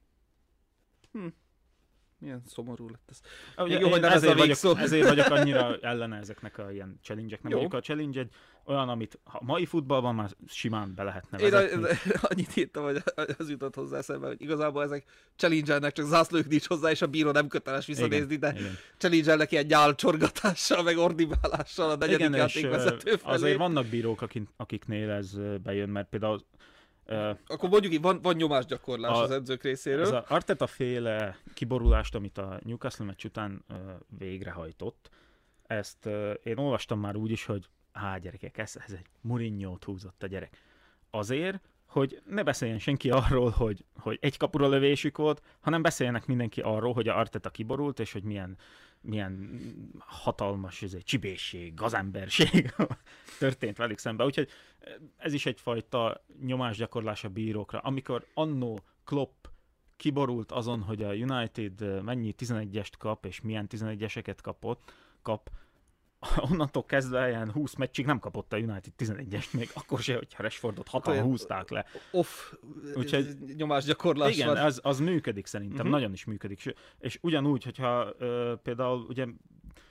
Milyen szomorú lett ez. Ugye, jó, hogy nem ezért vagyok annyira ellene ezeknek a ilyen challenge-eknek. Mondjuk a challenge egy olyan, amit a mai futballban már simán be lehetne vezetni. Én annyit írtam, hogy az jutott hozzá eszembe, hogy igazából ezek challenge-elnek, csak zászlójuk nincs hozzá, és a bíró nem köteles visszanézni, de challenge-elnek ilyen nyálcsorgatással, meg ordibálással a negyedik játékvezető felé. Azért vannak bírók, akiknél ez bejön, mert például akkor mondjuk, van nyomásgyakorlás az edzők részéről. Ez az Arteta féle kiborulást, amit a Newcastle meccs után végrehajtott, ezt én olvastam már úgy is, hogy gyerekek, ez egy Mourinho-t húzott a gyerek. Azért, hogy ne beszéljen senki arról, hogy egy kapura lövésük volt, hanem beszéljenek mindenki arról, hogy a Arteta kiborult, és hogy milyen hatalmas csibészség, gazemberség történt velük szemben. Úgyhogy ez is egyfajta nyomásgyakorlás a bírókra. Amikor annó Klopp kiborult azon, hogy a United mennyi 11-est kap, és milyen 11-eseket kap, onnantól kezdve ilyen 20 meccsig nem kapott a United 11-est, még akkor se, hogyha Rashfordot 6-an húzták le. Úgyhogy nyomásgyakorlás igen, van. Az működik szerintem, nagyon is működik. És ugyanúgy, hogyha például ugye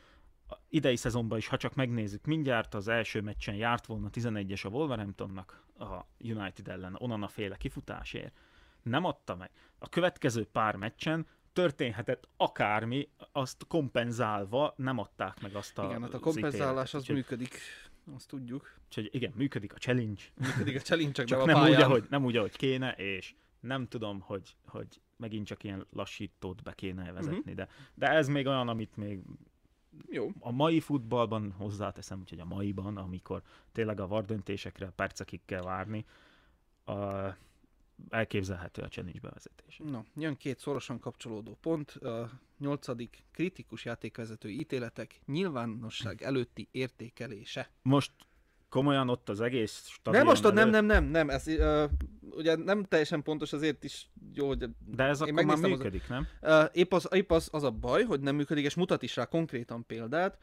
idei szezonban is, ha csak megnézzük, mindjárt az első meccsen járt volna 11-es a Wolverhamptonnak a United ellen, onnan a féle kifutásért. Nem adta meg. A következő pár meccsen történhetett akármi, azt kompenzálva nem adták meg azt a Igen, hát a kompenzálás az működik, azt tudjuk. Úgyhogy igen, működik a challenge. Működik a challenge, csak nem úgy, ahogy kéne, és nem tudom, hogy megint csak ilyen lassítót be kéne vezetni, de ez még olyan, amit még jó. A mai futballban hozzáteszem, úgyhogy a maiban, amikor tényleg a VAR döntésekre percekig kell várni, elképzelhető a challenge bevezetése. Na, jön 2 szorosan kapcsolódó pont. A 8. kritikus játékvezetői ítéletek nyilvánosság előtti értékelése. Most komolyan ott az egész stadion nem. Ez ugye nem teljesen pontos, azért is jó, hogy... De ez akkor már működik, nem? Épp az a baj, hogy nem működik, és mutat is rá konkrétan példát.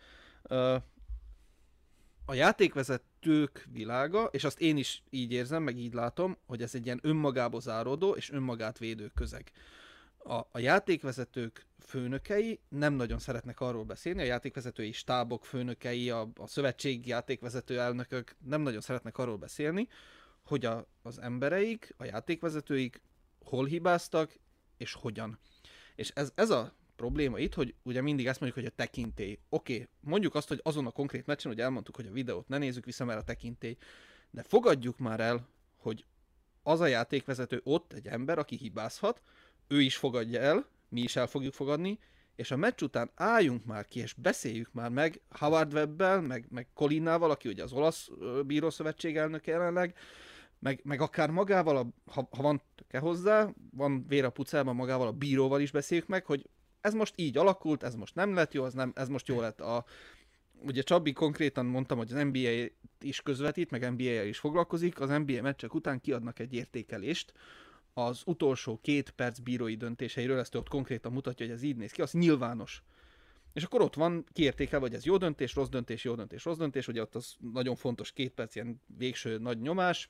A játékvezetők világa, és azt én is így érzem, meg így látom, hogy ez egy ilyen önmagába záródó és önmagát védő közeg. A játékvezetők főnökei nem nagyon szeretnek arról beszélni, a játékvezetői stábok főnökei, a szövetségi játékvezető elnökök nem nagyon szeretnek arról beszélni, hogy az embereik, a játékvezetőik hol hibáztak, és hogyan. És ez a probléma itt, hogy ugye mindig ezt mondjuk, hogy a tekintély. Oké, mondjuk azt, hogy azon a konkrét meccsen, hogy elmondtuk, hogy a videót ne nézzük vissza, mert a tekintély. De fogadjuk már el, hogy az a játékvezető ott egy ember, aki hibázhat, ő is fogadja el, mi is el fogjuk fogadni, és a meccs után álljunk már ki, és beszéljük már meg Howard Webb-bel, meg Colinnával, aki ugye az olasz bírószövetség elnöke jelenleg, meg akár magával, ha van töke hozzá, van vér a pucában, magával a bíróval is beszéljük meg, hogy ez most így alakult, ez most nem lett jó, ez most jó lett. Ugye Csabi konkrétan mondtam, hogy az NBA is közvetít, meg NBA-jel is foglalkozik, az NBA meccsek után kiadnak egy értékelést az utolsó 2 perc bírói döntéseiről, ezt ott konkrétan mutatja, hogy ez így néz ki, az nyilvános. És akkor ott van kiértékelve, hogy ez jó döntés, rossz döntés, jó döntés, rossz döntés, ugye ott az nagyon fontos 2 perc, ilyen végső nagy nyomás.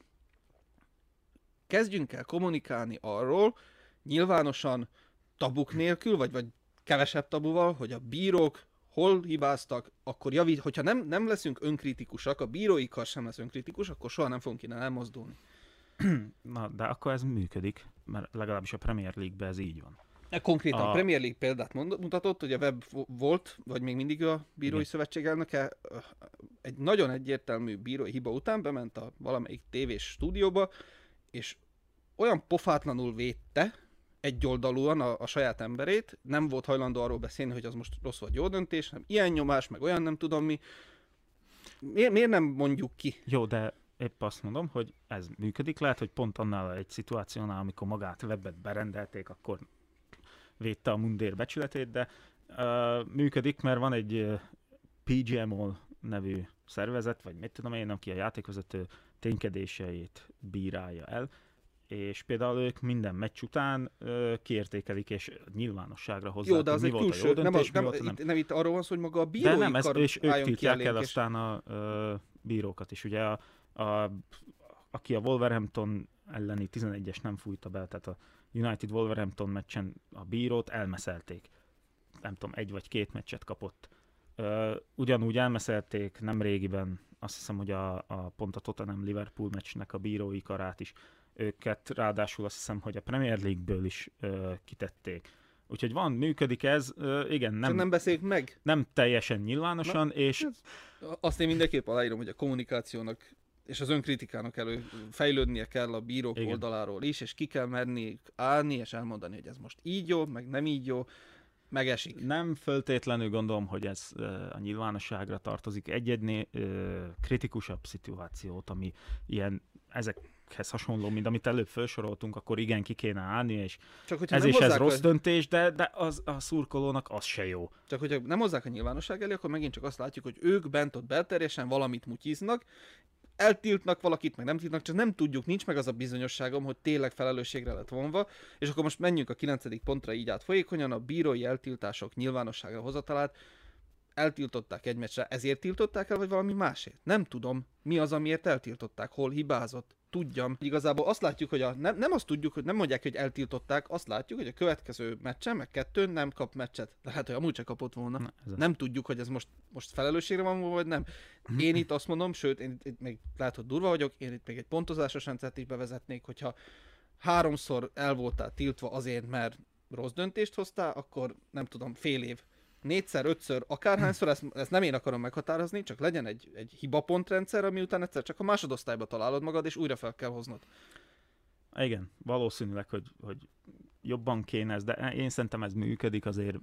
Kezdjünk el kommunikálni arról, nyilvánosan, tabuk nélkül, vagy kevesebb tabuval, hogy a bírók hol hibáztak, akkor hogyha nem leszünk önkritikusak, a bírói kar sem lesz önkritikus, akkor soha nem fogunk innen elmozdulni. Na, de akkor ez működik, mert legalábbis a Premier League-ben ez így van. Konkrétan a Premier League példát mutatott, hogy a Webb volt, vagy még mindig a bírói szövetség elnöke, egy nagyon egyértelmű bírói hiba után bement a valamelyik tévés stúdióba, és olyan pofátlanul védte, egyoldalúan a saját emberét, nem volt hajlandó arról beszélni, hogy az most rossz vagy jó döntés, hanem ilyen nyomás, meg olyan nem tudom mi. Miért nem mondjuk ki? Jó, de épp azt mondom, hogy ez működik. Lehet, hogy pont annál egy szituációnál, amikor magát Webbet berendelték, akkor védte a mundér becsületét, de működik, mert van egy PGMOL nevű szervezet, vagy mit tudom én, aki a játékvezető ténykedéseit bírálja el, és például ők minden meccs után kiértékelik, és nyilvánosságra hozzák. Jó, de az egy külső, nem itt arról van szó, hogy maga a bírói de nem, és ők álljon tiltják el aztán a bírókat is. Ugye aki a Wolverhampton elleni 11-es nem fújta be, tehát a United Wolverhampton meccsen a bírót elmeszelték. Nem tudom, 1 vagy 2 meccset kapott. Ugyanúgy elmeszelték nem régiben, azt hiszem, hogy pont a Tottenham Liverpool meccsnek a bírói karát is. Őket ráadásul azt hiszem, hogy a Premier League-ből is kitették. Úgyhogy működik ez, igen, nem beszéljük meg. Nem teljesen nyilvánosan, és... Azt én mindenképp aláírom, hogy a kommunikációnak és az önkritikának fejlődnie kell a bírók oldaláról is, és ki kell merni állni, és elmondani, hogy ez most így jó, meg nem így jó, megesik. Nem föltétlenül gondolom, hogy ez a nyilvánosságra tartozik. Egy-egy kritikusabb szituációt, ami ilyen ezekhez hasonló, mint amit előbb felsoroltunk, akkor igen, ki kéne állni, és ez rossz döntés, de a szurkolónak az se jó. Csak hogyha nem hozzák a nyilvánosság elé, akkor megint csak azt látjuk, hogy ők bent ott belterjesen valamit mutyiznak, eltiltnak valakit, meg nem tiltnak, csak nem tudjuk, nincs meg az a bizonyosságom, hogy tényleg felelősségre lett vonva, és akkor most menjünk a 9. pontra így át folyékonyan, a bírói eltiltások nyilvánosságra hozatalát. eltiltották egy meccsre, ezért tiltották el, vagy valami másért? Nem tudom, mi az, amiért eltiltották, hol hibázott. Tudjam. Igazából azt látjuk, hogy nem azt tudjuk, hogy nem mondják, hogy eltiltották, azt látjuk, hogy a következő meccsen, meg 2 nem kap meccset. Lehet, hogy amúgy se kapott volna. Nem tudjuk, hogy ez most felelősségre van, vagy nem. Én itt azt mondom, sőt, én itt még lehet, hogy durva vagyok, én itt még egy pontozásos rendszert is bevezetnék, hogyha 3-szor el voltál tiltva azért, mert rossz döntést hoztál, akkor nem tudom, fél év. 4-szer, 5-ször, akárhányszor, ezt nem én akarom meghatározni, csak legyen egy hibapontrendszer, ami után egyszer csak a másodosztályba találod magad, és újra fel kell hoznod. Igen, valószínűleg, hogy jobban kéne ez, de én szerintem ez működik azért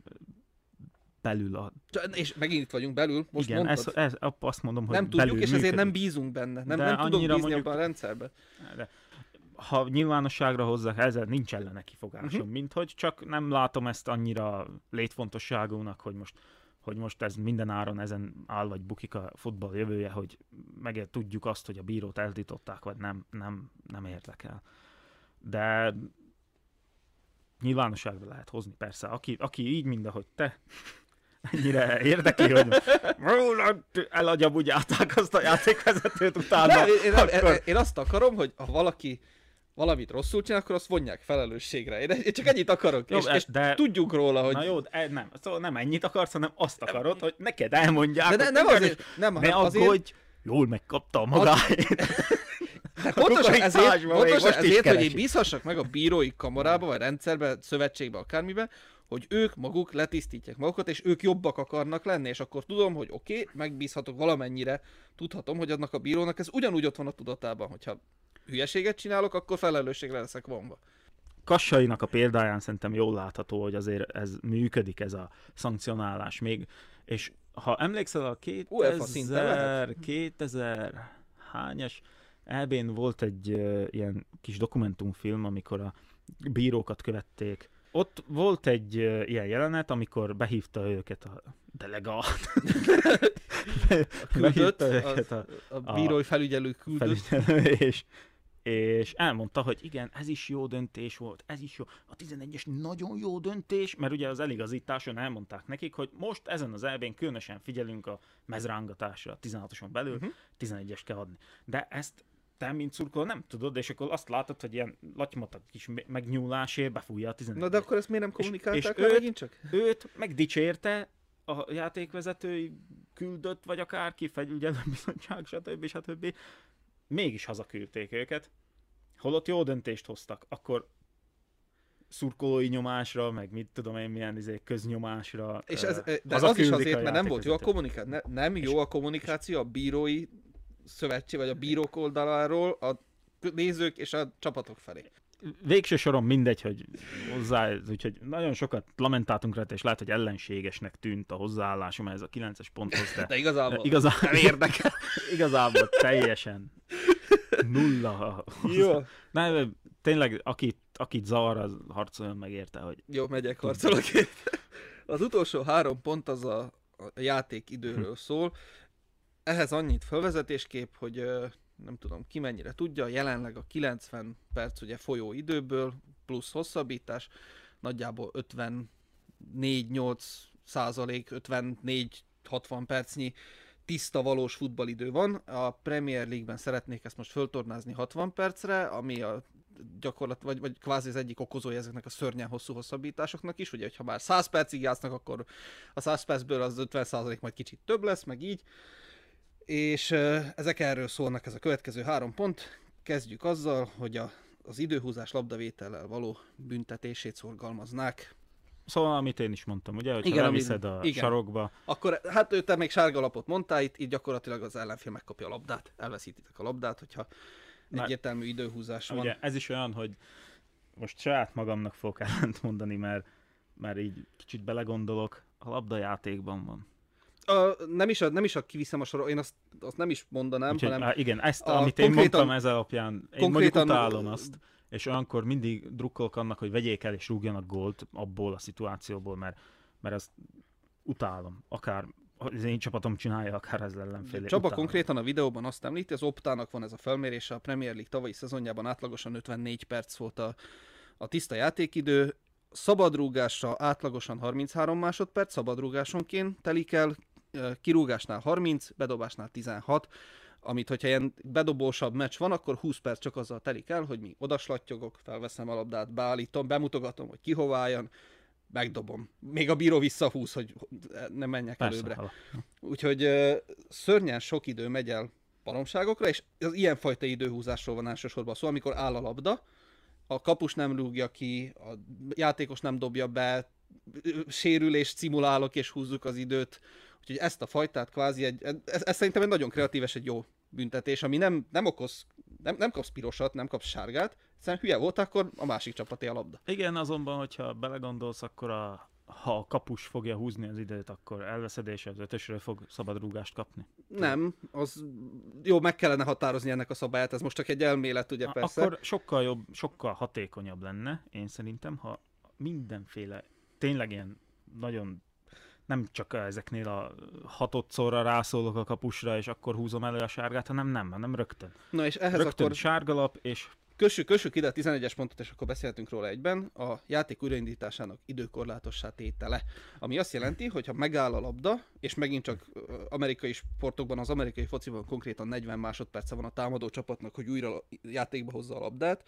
belül És megint itt vagyunk belül, most igen, mondtad. azt mondom, hogy nem tudjuk, és működik. ezért nem bízunk benne. Nem tudok bízni abban a rendszerben. De ha nyilvánosságra hozzák, ezzel nincs ellene kifogásom, mint hogy csak nem látom ezt annyira létfontosságúnak, hogy most ez minden áron ezen áll vagy bukik a futball jövője, hogy tudjuk azt, hogy a bírót eltiltották, vagy nem érdekel. De nyilvánosságra lehet hozni, persze. Aki így, mint ahogy te, ennyire érdekli, hogy elagyabudjálták azt a játékvezetőt utána. Én azt akarom, hogy ha valaki valamit rosszul csinál, akkor azt vonják felelősségre. Én csak ennyit akarok, jó, és tudjuk róla, hogy... Na jó, nem, szóval nem ennyit akarsz, hanem azt akarod, hogy neked elmondják. De nem azért, nem aggódj, jól megkapta magáét. Pontosan ezért, hogy én bízhassak meg a bírói kamarába, vagy rendszerbe, szövetségbe, akármibe, hogy ők maguk letisztítják magukat, és ők jobbak akarnak lenni, és akkor tudom, hogy oké, megbízhatok valamennyire, tudhatom, hogy annak a bírónak ez ugyanúgy ott van a tudatában, hogyha hülyeséget csinálok, akkor felelősségre leszek vonva. Kassainak a példáján szerintem jól látható, hogy azért ez működik, ez a szankcionálás még, és ha emlékszel a 2000 hányas EB-n volt egy ilyen kis dokumentumfilm, amikor a bírókat követték. Ott volt egy ilyen jelenet, amikor behívta őket a delegát. Küldött, a bírói felügyelő küldött. És elmondta, hogy igen, ez is jó döntés volt, ez is jó. A 11-es nagyon jó döntés, mert ugye az eligazításon elmondták nekik, hogy most ezen az EB-n különösen figyelünk a mezrángatásra, a 16-oson belül, 11-es kell adni. De ezt te, mint szurkoló, nem tudod, és akkor azt látod, hogy ilyen latymatag kis megnyúlásért befújja a 11-es. Na de akkor ezt miért nem kommunikálták el megint csak? Őt megdicsérte a játékvezetői küldött, vagy akárki, felügyelőbizottság, stb. Mégis hazaküldték őket. Holott jó döntést hoztak, akkor szurkolói nyomásra, meg mit tudom én milyen köznyomásra. És de az is azért, mert nem volt jó a kommunikáció. Nem jó a kommunikáció a bírói szövetség, vagy a bírók oldaláról a nézők és a csapatok felé. Végső soron mindegy, hogy hozzá, úgyhogy nagyon sokat lamentáltunk rá, és lehet, hogy ellenségesnek tűnt a hozzáállásom ez a 9-es ponthoz, de igazából nem érdekel. Igazából teljesen nulla. Jó. Nem, tényleg, akit zavar, az harcoljon meg érte, hogy... Jó, megyek, harcolok. Az utolsó 3 pont az a játékidőről szól. Ehhez annyit felvezetésképp, hogy nem tudom ki mennyire tudja, jelenleg a 90 perc ugye folyó időből plusz hosszabbítás, nagyjából 54-8%, 54-60 percnyi tiszta valós futballidő van. A Premier League-ben szeretnék ezt most föltornázni 60 percre, ami a gyakorlat, vagy kvázi az egyik okozója ezeknek a szörnyen hosszú hosszabbításoknak is. Ugye, hogyha már 100 percig játsznak, akkor a 100 percből az 50% majd kicsit több lesz, meg így. És ezek erről szólnak, ez a következő 3 pont. Kezdjük azzal, hogy az időhúzás labdavétellel való büntetését szorgalmaznák. Szóval, amit én is mondtam, ugye, hogy igen, leviszed a sarokba. Akkor, hát te még sárga lapot mondtál, itt gyakorlatilag az ellenfél megkapja a labdát, elveszítitek a labdát, hogyha egyértelmű időhúzás van. Ugye, ez is olyan, hogy most saját magamnak fogok ellent mondani, mert így kicsit belegondolok, a labdajátékban van. Nem is a kiviszem a sorot, én azt nem is mondanám, úgyhogy, hanem... Igen, ezt, amit én mondtam ez alapján, én mondjuk utálom azt, és olyankor mindig drukkolok annak, hogy vegyék el és rúgjanak gólt abból a szituációból, mert azt utálom. Akár az én csapatom csinálja, akár ez ellenfél. Csaba konkrétan a videóban azt említi, az Optának van ez a felmérése, a Premier League tavalyi szezonjában átlagosan 54 perc volt a tiszta játékidő, szabadrúgásra átlagosan 33 másodperc, szabadrúgásonként telik el, kirúgásnál 30, bedobásnál 16, amit hogyha ilyen bedobósabb meccs van, akkor 20 perc csak azzal telik el, hogy mi odaslattyogok, felveszem a labdát, beállítom, bemutogatom, hogy ki hova álljon, megdobom. Még a bíró visszahúz, hogy ne menjek Persze, előbbre. Úgyhogy szörnyen sok idő megy el baromságokra, és az ilyenfajta időhúzásról van elsősorban szó, amikor áll a labda, a kapus nem rúgja ki, a játékos nem dobja be, sérülést szimulálok és húzzuk az időt. Úgyhogy ezt a fajtát kvázi ez szerintem egy nagyon kreatív és egy jó büntetés, ami nem kapsz pirosat, nem kapsz sárgát, hiszen hülye volt, akkor a másik csapaté a labda. Igen, azonban, hogyha belegondolsz, akkor ha a kapus fogja húzni az időt, akkor elveszed, és az ötösről fog szabad rúgást kapni. Nem, az jó, meg kellene határozni ennek a szabályát, ez most csak egy elmélet, ugye persze. Akkor sokkal jobb, sokkal hatékonyabb lenne, én szerintem, ha mindenféle, tényleg ilyen nagyon, nem csak ezeknél a hatodszorra rászólok a kapusra, és akkor húzom elő a sárgát, hanem rögtön. Na és ehhez rögtön akkor sárgalap, és kössük ide a 11-es pontot, és akkor beszéltünk róla egyben, a játék újraindításának időkorlátossá tétele. Ami azt jelenti, hogy ha megáll a labda, és megint csak amerikai sportokban, az amerikai fociban konkrétan 40 másodperce van a támadó csapatnak, hogy újra játékba hozza a labdát,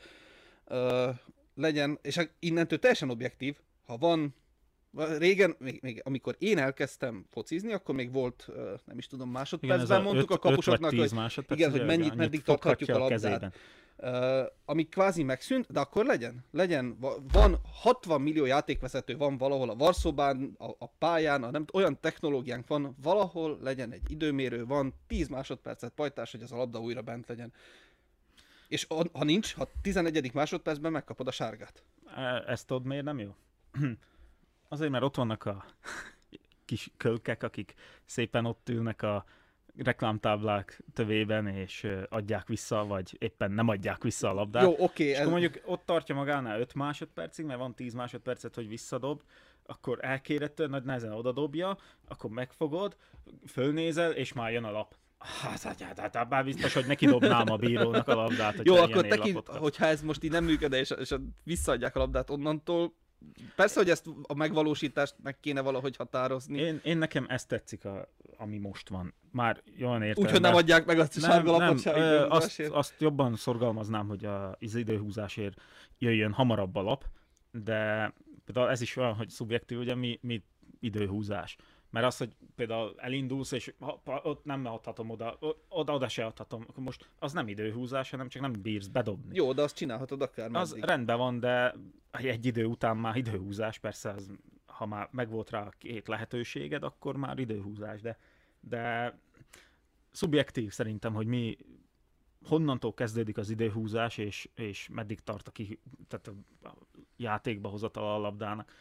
legyen, és innentől teljesen objektív, ha van, régen, még amikor én elkezdtem focizni, akkor még volt, nem is tudom, másodpercben mondtuk a kapusoknak, hogy meddig tarthatjuk a labdát. Ami kvázi megszűnt, de akkor legyen, van 60 millió játékvezető van valahol a varszobán, a pályán, nem olyan technológiánk van, valahol legyen egy időmérő, van 10 másodpercet pajtás, hogy az a labda újra bent legyen. És ha nincs, ha 11. másodpercben megkapod a sárgát. Ezt tudod, miért nem jó? Azért, mert ott vannak a kis kölkek, akik szépen ott ülnek a reklámtáblák tövében, és adják vissza, vagy éppen nem adják vissza a labdát. Jó, oké. És akkor mondjuk ott tartja magánál 5 másodpercig, mert van 10 másodpercet, hogy visszadob, akkor elkéretől nagy nehezen odadobja, akkor megfogod, fölnézel, és már jön a lap. Hát bár biztos, hogy neki dobnám a bírónak a labdát. Jó, akkor hogyha ez most így nem működ, és visszaadják a labdát onnantól, persze, hogy ezt a megvalósítást meg kéne valahogy határozni. Én nekem ezt tetszik, ami most van. Már jól értem. Úgyhogy nem adják meg a sárgalapot se. Azt jobban szorgalmaznám, hogy az időhúzásért jöjjön hamarabb a lap, de például ez is olyan, hogy szubjektív, ugye mi időhúzás. Mert az, hogy például elindulsz, és ott nem adhatom oda se adhatom. Most az nem időhúzás, hanem csak nem bírsz bedobni. Jó, de azt csinálhatod akár az rendben van, de egy idő után már időhúzás, persze, ha már megvolt rá 2 lehetőséged, akkor már időhúzás, de szubjektív szerintem, hogy honnantól kezdődik az időhúzás, és meddig tart tehát a játékba hozatal a labdának.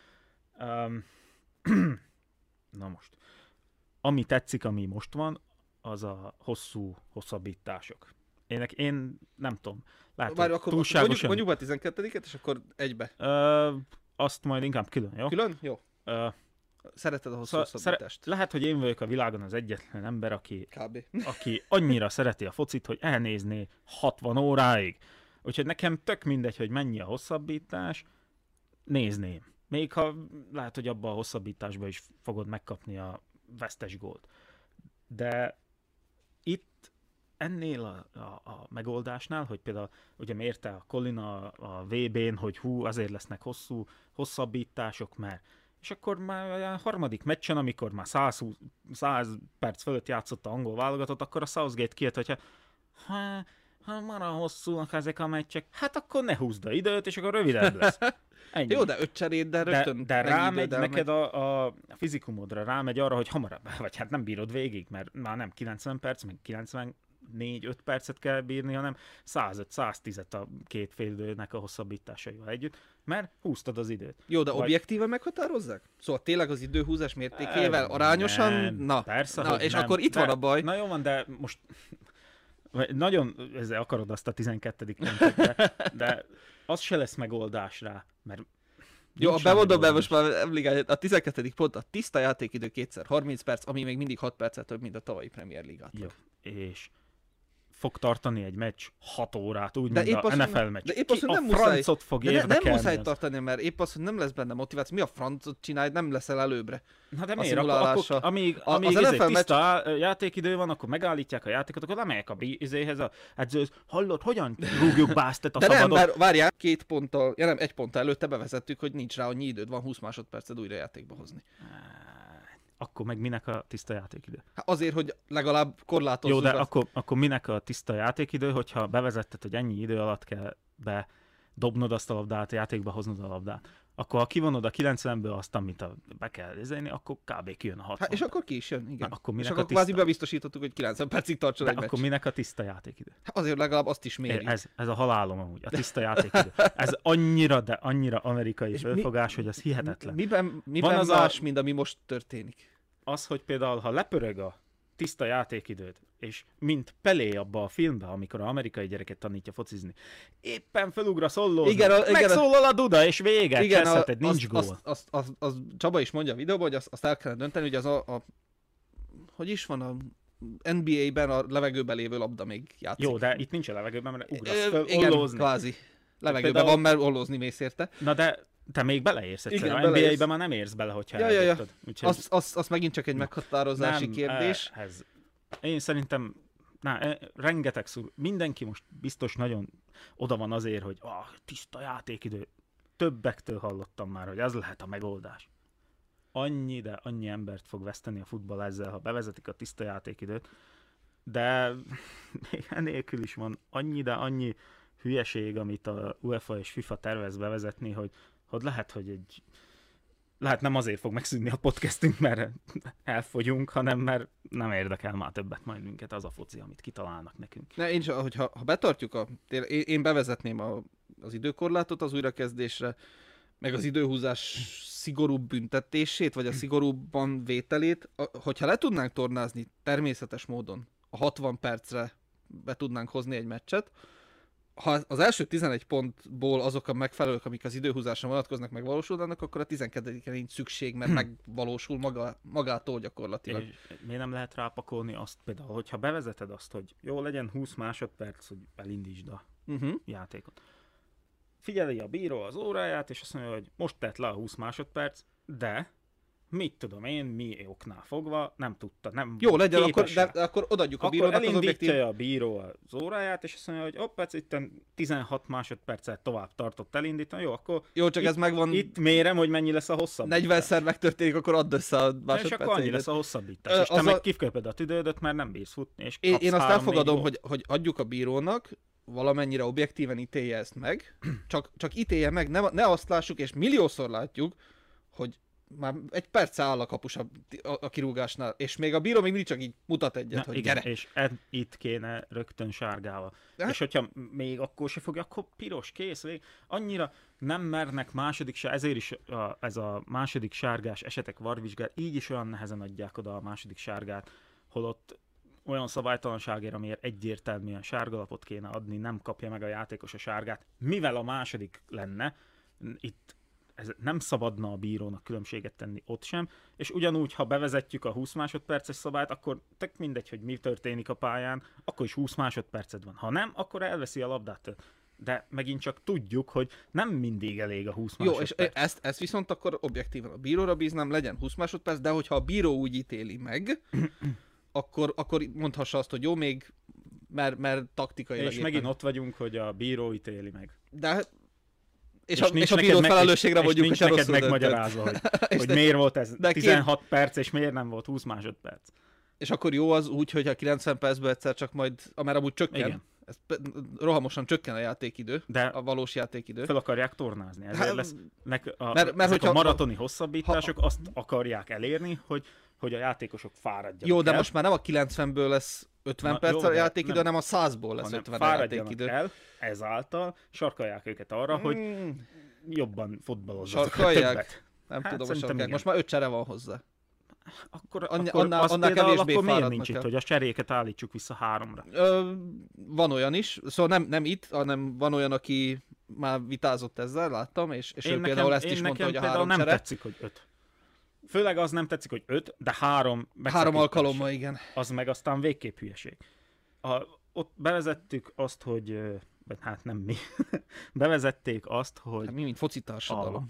Na most, ami tetszik, ami most van, az a hosszabbítások. Én nem tudom. Várj, akkor mondjuk már 12-et, és akkor egybe. Azt majd inkább külön, jó? Külön? Jó. Szereted a hosszabbítást? Lehet, hogy én vagyok a világon az egyetlen ember, aki Kb. Aki annyira szereti a focit, hogy elnézné 60 óráig. Úgyhogy nekem tök mindegy, hogy mennyi a hosszabbítás, nézném. Még ha lehet, hogy abban a hosszabbításban is fogod megkapni a vesztes gólt. De itt ennél a megoldásnál, hogy például ugye mérte a Colin a VB-n, hogy azért lesznek hosszabbítások, mert és akkor már a harmadik meccsen, amikor már 100 perc fölött játszott a angol válogatott, akkor a Southgate kijött, hogyha ha már hosszúak ezek a meccsek, hát akkor ne húzd a időt, és akkor rövidebb lesz. Ennyi. Jó, de 5 cseréddel rögtön. De rámegy neked a fizikumodra, rámegy arra, hogy hamarabb, vagy hát nem bírod végig, mert már nem 90 perc, meg 94-5 percet kell bírni, hanem 105-110-et a 2 félidőnek a hosszabbításaival együtt, mert húztad az időt. Jó, de objektíven meghatározzák? Szóval tényleg az időhúzás mértékével arányosan? Nem, persze, és nem. Akkor itt van a baj. Na jó van, de most nagyon ezzel akarod azt a 12. pontot, de az se lesz megoldás rá, mert jó, bemondom be most már emlékeztet, a 12. pont a tiszta játékidő 2x30 perc, ami még mindig 6 percet több, mint a tavalyi Premier League. Jó, és fog tartani egy meccs 6 órát, úgy, De mint épp a az, NFL meccs. de épp az, hogy Ki nem a muszáj, francot fog de nem érdekelni muszáj az? tartani, mert épp az, hogy nem lesz benne motiváció. Mi a francot csinálj, nem leszel előbbre. Na de a miért? Akkor, szimulálással. amíg Az izé, NFL tiszta játékidő van, akkor megállítják a játékot, akkor lemegyek a izéhez a edzőhöz. Hallod, hogyan rúgjuk Bástet a De nem, szabadon? mert várjál, 2 ponttal, ja nem, 1 ponttal előtte bevezettük, hogy nincs rá annyi időd, van 20 másodperced újra játékba hozni. Akkor meg minek a tiszta játékidő? Hát azért, hogy legalább korlátozzuk. Jó, de azt. akkor minek a tiszta játékidő, hogyha bevezetted, hogy ennyi idő alatt kell bedobnod azt a labdát, játékba hoznod a labdát. Akkor ha kivonod a 90-ből azt, amit be kell nézni, akkor kb. Kijön a 60. Hát, és akkor ki is jön, igen. Na, akkor és minek akkor a tiszta? kvázi bebiztosítottuk, hogy 90 percig tartson De egy meccs. akkor minek a tiszta játékidő? Hát azért legalább azt is mérjük. Ez a halálom amúgy, a tiszta játékidő. Ez annyira, de annyira amerikai És fölfogás, hogy ez hihetetlen. Miben Van az más, mint ami most történik? Az, hogy például, ha lepörög a tiszta játékidőt, és mint Pelé abba a filmbe, amikor az amerikai gyereket tanítja focizni, éppen felugra szólózni, Igen, megszólal a duda, és vége, igen, cseszeted, nincs gól. Az Csaba is mondja a videóban, hogy azt el kellene dönteni, hogy az hogy is van a NBA-ben a levegőben lévő labda még játszik. Jó, de itt nincs a levegőben, mert ugrasz föl, igen, ollózni. kvázi. Levegőben Például- van, mert ollózni mész érte. Na de te még beleérsz egyszer. Igen, A beleérsz. NBA-ben már nem érsz bele, hogyha Ja. eldobtad. Úgyhogy Az megint csak egy meghatározási kérdés. Én szerintem rengeteg mindenki most biztos nagyon oda van azért, hogy tiszta játékidő. Többektől hallottam már, hogy ez lehet a megoldás. Annyi embert fog veszteni a futball ezzel, ha bevezetik a tiszta játékidőt. De még enélkül is van annyi hülyeség, amit a UEFA és FIFA tervez bevezetni, hogy lehet nem azért fog megszűnni a podcastünk, mert elfogyunk, hanem mert nem érdekel már többet majd minket az a foci, amit kitalálnak nekünk. Ne, én is, hogyha betartjuk én bevezetném az időkorlátot az újrakezdésre, meg az időhúzás szigorúbb büntetését, vagy a szigorúbban vételét, hogyha le tudnánk tornázni természetes módon a 60 percre be tudnánk hozni egy meccset, ha az első 11 pontból azok a megfelelők, amik az időhúzásra vonatkoznak, megvalósulnak, akkor a 12-en nincs szükség, mert megvalósul magától gyakorlatilag. És miért nem lehet rápakolni azt például, hogyha bevezeted azt, hogy jó, legyen 20 másodperc, hogy elindítsd a játékot. Figyeli a bíró az óráját, és azt mondja, hogy most tett le a 20 másodperc, de mit tudom én, mi oknál fogva, nem tudta, nem jó, legyen, képes de akkor odaadjuk a akkor bírónak az elindítja objektív... a bíró az óráját, és azt mondja, hogy hopp, itten 16 másodpercet tovább tartott elindítani, jó, akkor Jó, csak ez megvan... itt mérem, hogy mennyi lesz a hosszabbítás. 40-szer megtörténik, akkor add össze a És akkor annyi másodperceidet. lesz a hosszabbítás, és te meg kiköpöd a tüdődöt, mert nem bírsz futni, és kapsz Én azt 3-4 elfogadom, gólt. hogy adjuk a bírónak, valamennyire objektíven ítélje ezt meg, csak ítélje meg, ne azt lássuk, és milliószor látjuk, hogy már egy perc áll a kapus a kirúgásnál, és még a bíró még mindig csak így mutat egyet, hogy igen, gyere. és itt kéne rögtön sárgával. De? És hogyha még akkor se fogja, akkor piros, kész, vég. Annyira nem mernek ezért is ez a második sárgás esetek varvizsgát, így is olyan nehezen adják oda a második sárgát, holott olyan szabálytalanságért, amiért egyértelműen sárgalapot kéne adni, nem kapja meg a játékos a sárgát, mivel a második lenne, itt ez nem szabadna a bírónak különbséget tenni ott sem, és ugyanúgy, ha bevezetjük a 20 másodperces szabályt, akkor tök mindegy, hogy mi történik a pályán, akkor is 20 másodperced van. Ha nem, akkor elveszi a labdát. De megint csak tudjuk, hogy nem mindig elég a 20 Jó, másodperc. és ezt viszont akkor objektíven a bíróra bíznám, legyen 20 másodperc, de hogyha a bíró úgy ítéli meg, akkor mondhassa azt, hogy jó, még, mert taktikailag És éppen. megint ott vagyunk, hogy a bíró ítéli meg. De és nincs a neked bírót felelősségre mondjuk, nincs hogyha neked rosszul megmagyarázva, És hogy de- miért volt ez de 16 perc, és miért nem volt 20 másodperc. És akkor jó az úgy, hogyha 90 percből egyszer csak majd, amár amúgy csökken, Igen. rohamosan csökken a játékidő, De a valós játékidő. fel akarják tornázni. Ezért Hát, lesz mert ezek hogyha- a maratoni hosszabbítások azt akarják elérni, hogy a játékosok fáradjanak Jó, de el, most már nem a 90-ből lesz 50 Na, perc jó, a de játékidő, nem- hanem a 100-ból lesz hanem 50 a fáradjanak játékidő. el, ezáltal sarkalják őket arra, hogy Mm, jobban futballozzanak. Sarkalják? többet. nem Hát tudom, a szerintem sarkák. igen. Most már 5 csere van hozzá. Akkor, Annál az például kevésbé akkor miért fáradnak nincs el. itt, hogy a cseréket állítsuk vissza 3-ra? Van olyan is, szóval nem itt, hanem van olyan, aki már vitázott ezzel, láttam, és ő például ezt is mondta, hogy a például 3 nem csere. tetszik, hogy 5. Főleg az nem tetszik, hogy 5, de 3 3 alkalommal, igen. Az meg aztán végképp hülyeség. ott bevezettük azt, hogy, vagy hát nem mi, bevezették azt, hogy Hát mi, mint foci társadalom.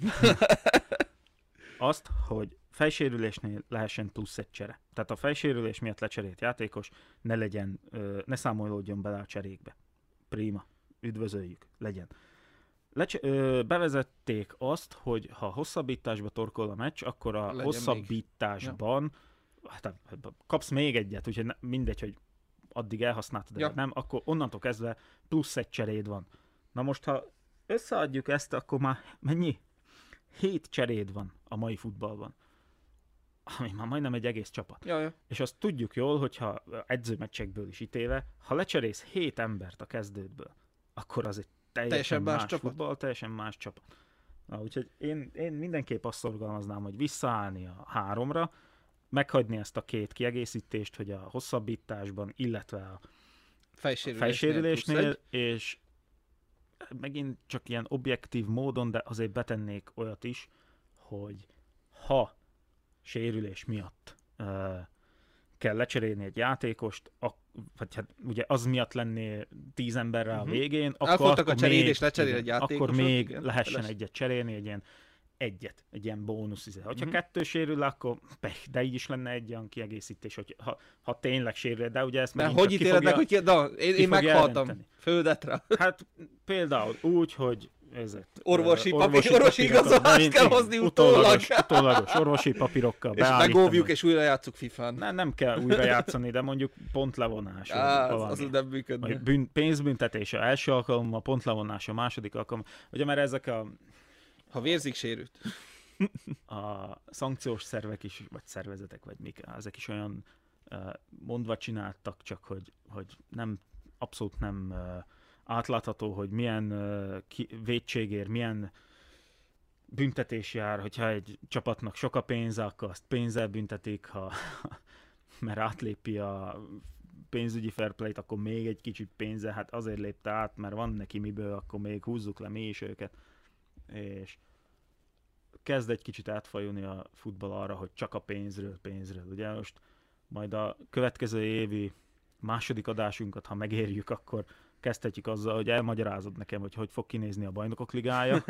azt, hogy fejsérülésnél lehessen plusz egy csere. Tehát a fejsérülés miatt lecserélt játékos ne számolódjon bele a cserékbe. Prima. Üdvözöljük. Legyen. Bevezették azt, hogy ha hosszabbításba torkol a meccs, akkor a legyen hosszabbításban kapsz még egyet, úgyhogy mindegy, hogy addig elhasználtad, nem, akkor onnantól kezdve plusz egy cseréd van. Na most, ha összeadjuk ezt, akkor már mennyi? 7 cseréd van a mai futballban. Ami már majdnem egy egész csapat. Ja. És azt tudjuk jól, hogyha edzőmeccsekből is ítéve, ha lecserész 7 embert a kezdődből, akkor az egy teljesen más futball, teljesen más csapat. Na, úgyhogy én mindenképp azt szorgalmaznám, hogy visszaállni a 3-ra, meghagyni ezt a 2 kiegészítést, hogy a hosszabbításban, illetve a fejsérülésnél és megint csak ilyen objektív módon, de azért betennék olyat is, hogy ha sérülés miatt kell lecserélni egy játékost, vagy hát ugye az miatt lenné 10 emberrel a végén, akkor még lehessen egyet cserélni, egy ilyen bónusz. Hogyha 2 sérül, akkor de így is lenne egy olyan kiegészítés, hogy ha tényleg sérül, de ugye ezt meg hogy ítéled meg, hogy én meghaltam földetre. Hát például úgy, hogy orvosi igazolást kell hozni utólagos orvosi papírokkal és megóvjuk, és újra játsszuk FIFA-n. Nem kell újra játszani, de mondjuk pontlevonás. Az nem működne. Pénzbüntetése első alkalommal, pontlevonása második alkalommal. Ugye mert ezek ha vérzik, sérült. A szankciós szervek is, vagy szervezetek, vagy mik, ezek is olyan mondva csináltak, csak hogy abszolút nem átlátható, hogy milyen vétségért, milyen büntetés jár, hogyha egy csapatnak sok a pénze, akkor azt pénzzel büntetik, mert átlépi a pénzügyi fair play-t, akkor még egy kicsit pénze, hát azért lépte át, mert van neki miből, akkor még húzzuk le mi is őket. És kezd egy kicsit átfajulni a futball arra, hogy csak a pénzről. Ugye most majd a következő évi második adásunkat, ha megérjük, akkor kezdhetjük azzal, hogy elmagyarázod nekem, hogy fog kinézni a Bajnokok Ligája.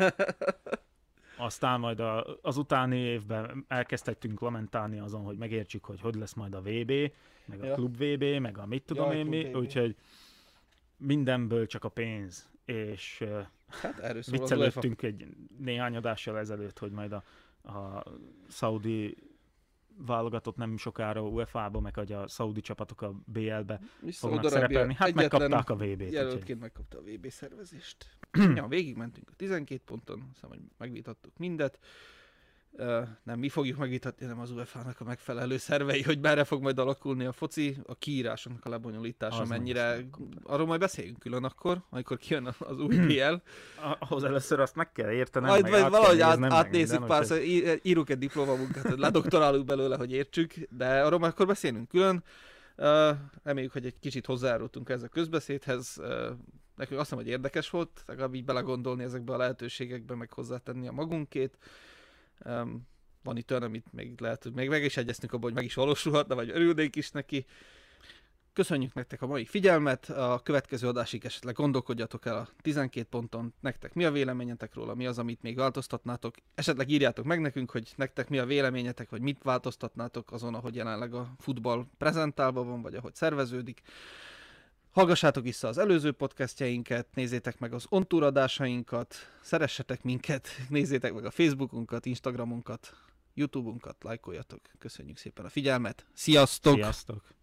Aztán majd az utáni évben elkezdhetünk lamentálni azon, hogy megértsük, hogy lesz majd a VB, meg a Klub VB, meg a mit tudom én mi, úgyhogy mindenből csak a pénz. És viccelődtünk egy néhány adással ezelőtt, hogy majd a szaudi válogatott nem sokára UEFA-ba, meg hogy a szaudi csapatok a BL-be fognak szerepelni. Hát megkapták a VB-t. Jelöltként megkapta a VB szervezést. Végigmentünk a 12 ponton, aztán hogy megvitattuk mindet. Nem mi fogjuk megvitatni, hanem az UEFA-nak a megfelelő szervei, hogy merre fog majd alakulni a foci, a kiírásoknak a lebonyolítása, mennyire... Arról majd beszéljünk külön akkor, amikor kijön az új BL. Ahhoz először azt meg kell értenem, majd valahogy átnézzük párszor, írunk egy diplomamunkát, ledoktorálunk belőle, hogy értsük, de arról majd akkor beszélünk külön. Reméljük, hogy egy kicsit hozzájárultunk ez a közbeszédhez. Nekünk azt hiszem, hogy érdekes volt, legalább így belegondolni ezekbe a lehetőségekbe, meg hozzátenni a magunkét. Van itt olyan, amit még lehet, hogy még meg is egyeztünk abban, hogy meg is valósulhatna, vagy örülnék is neki. Köszönjük nektek a mai figyelmet, a következő adásig esetleg gondolkodjatok el a 12 ponton, nektek mi a véleményetek róla, mi az, amit még változtatnátok, esetleg írjátok meg nekünk, hogy nektek mi a véleményetek, vagy mit változtatnátok azon, ahogy jelenleg a futball prezentálva van, vagy ahogy szerveződik. Hallgassátok vissza az előző podcastjainkat, nézzétek meg az on-tour adásainkat, szeressetek minket, nézzétek meg a Facebookunkat, Instagramunkat, YouTube-unkat, lájkoljatok. Köszönjük szépen a figyelmet. Sziasztok! Sziasztok!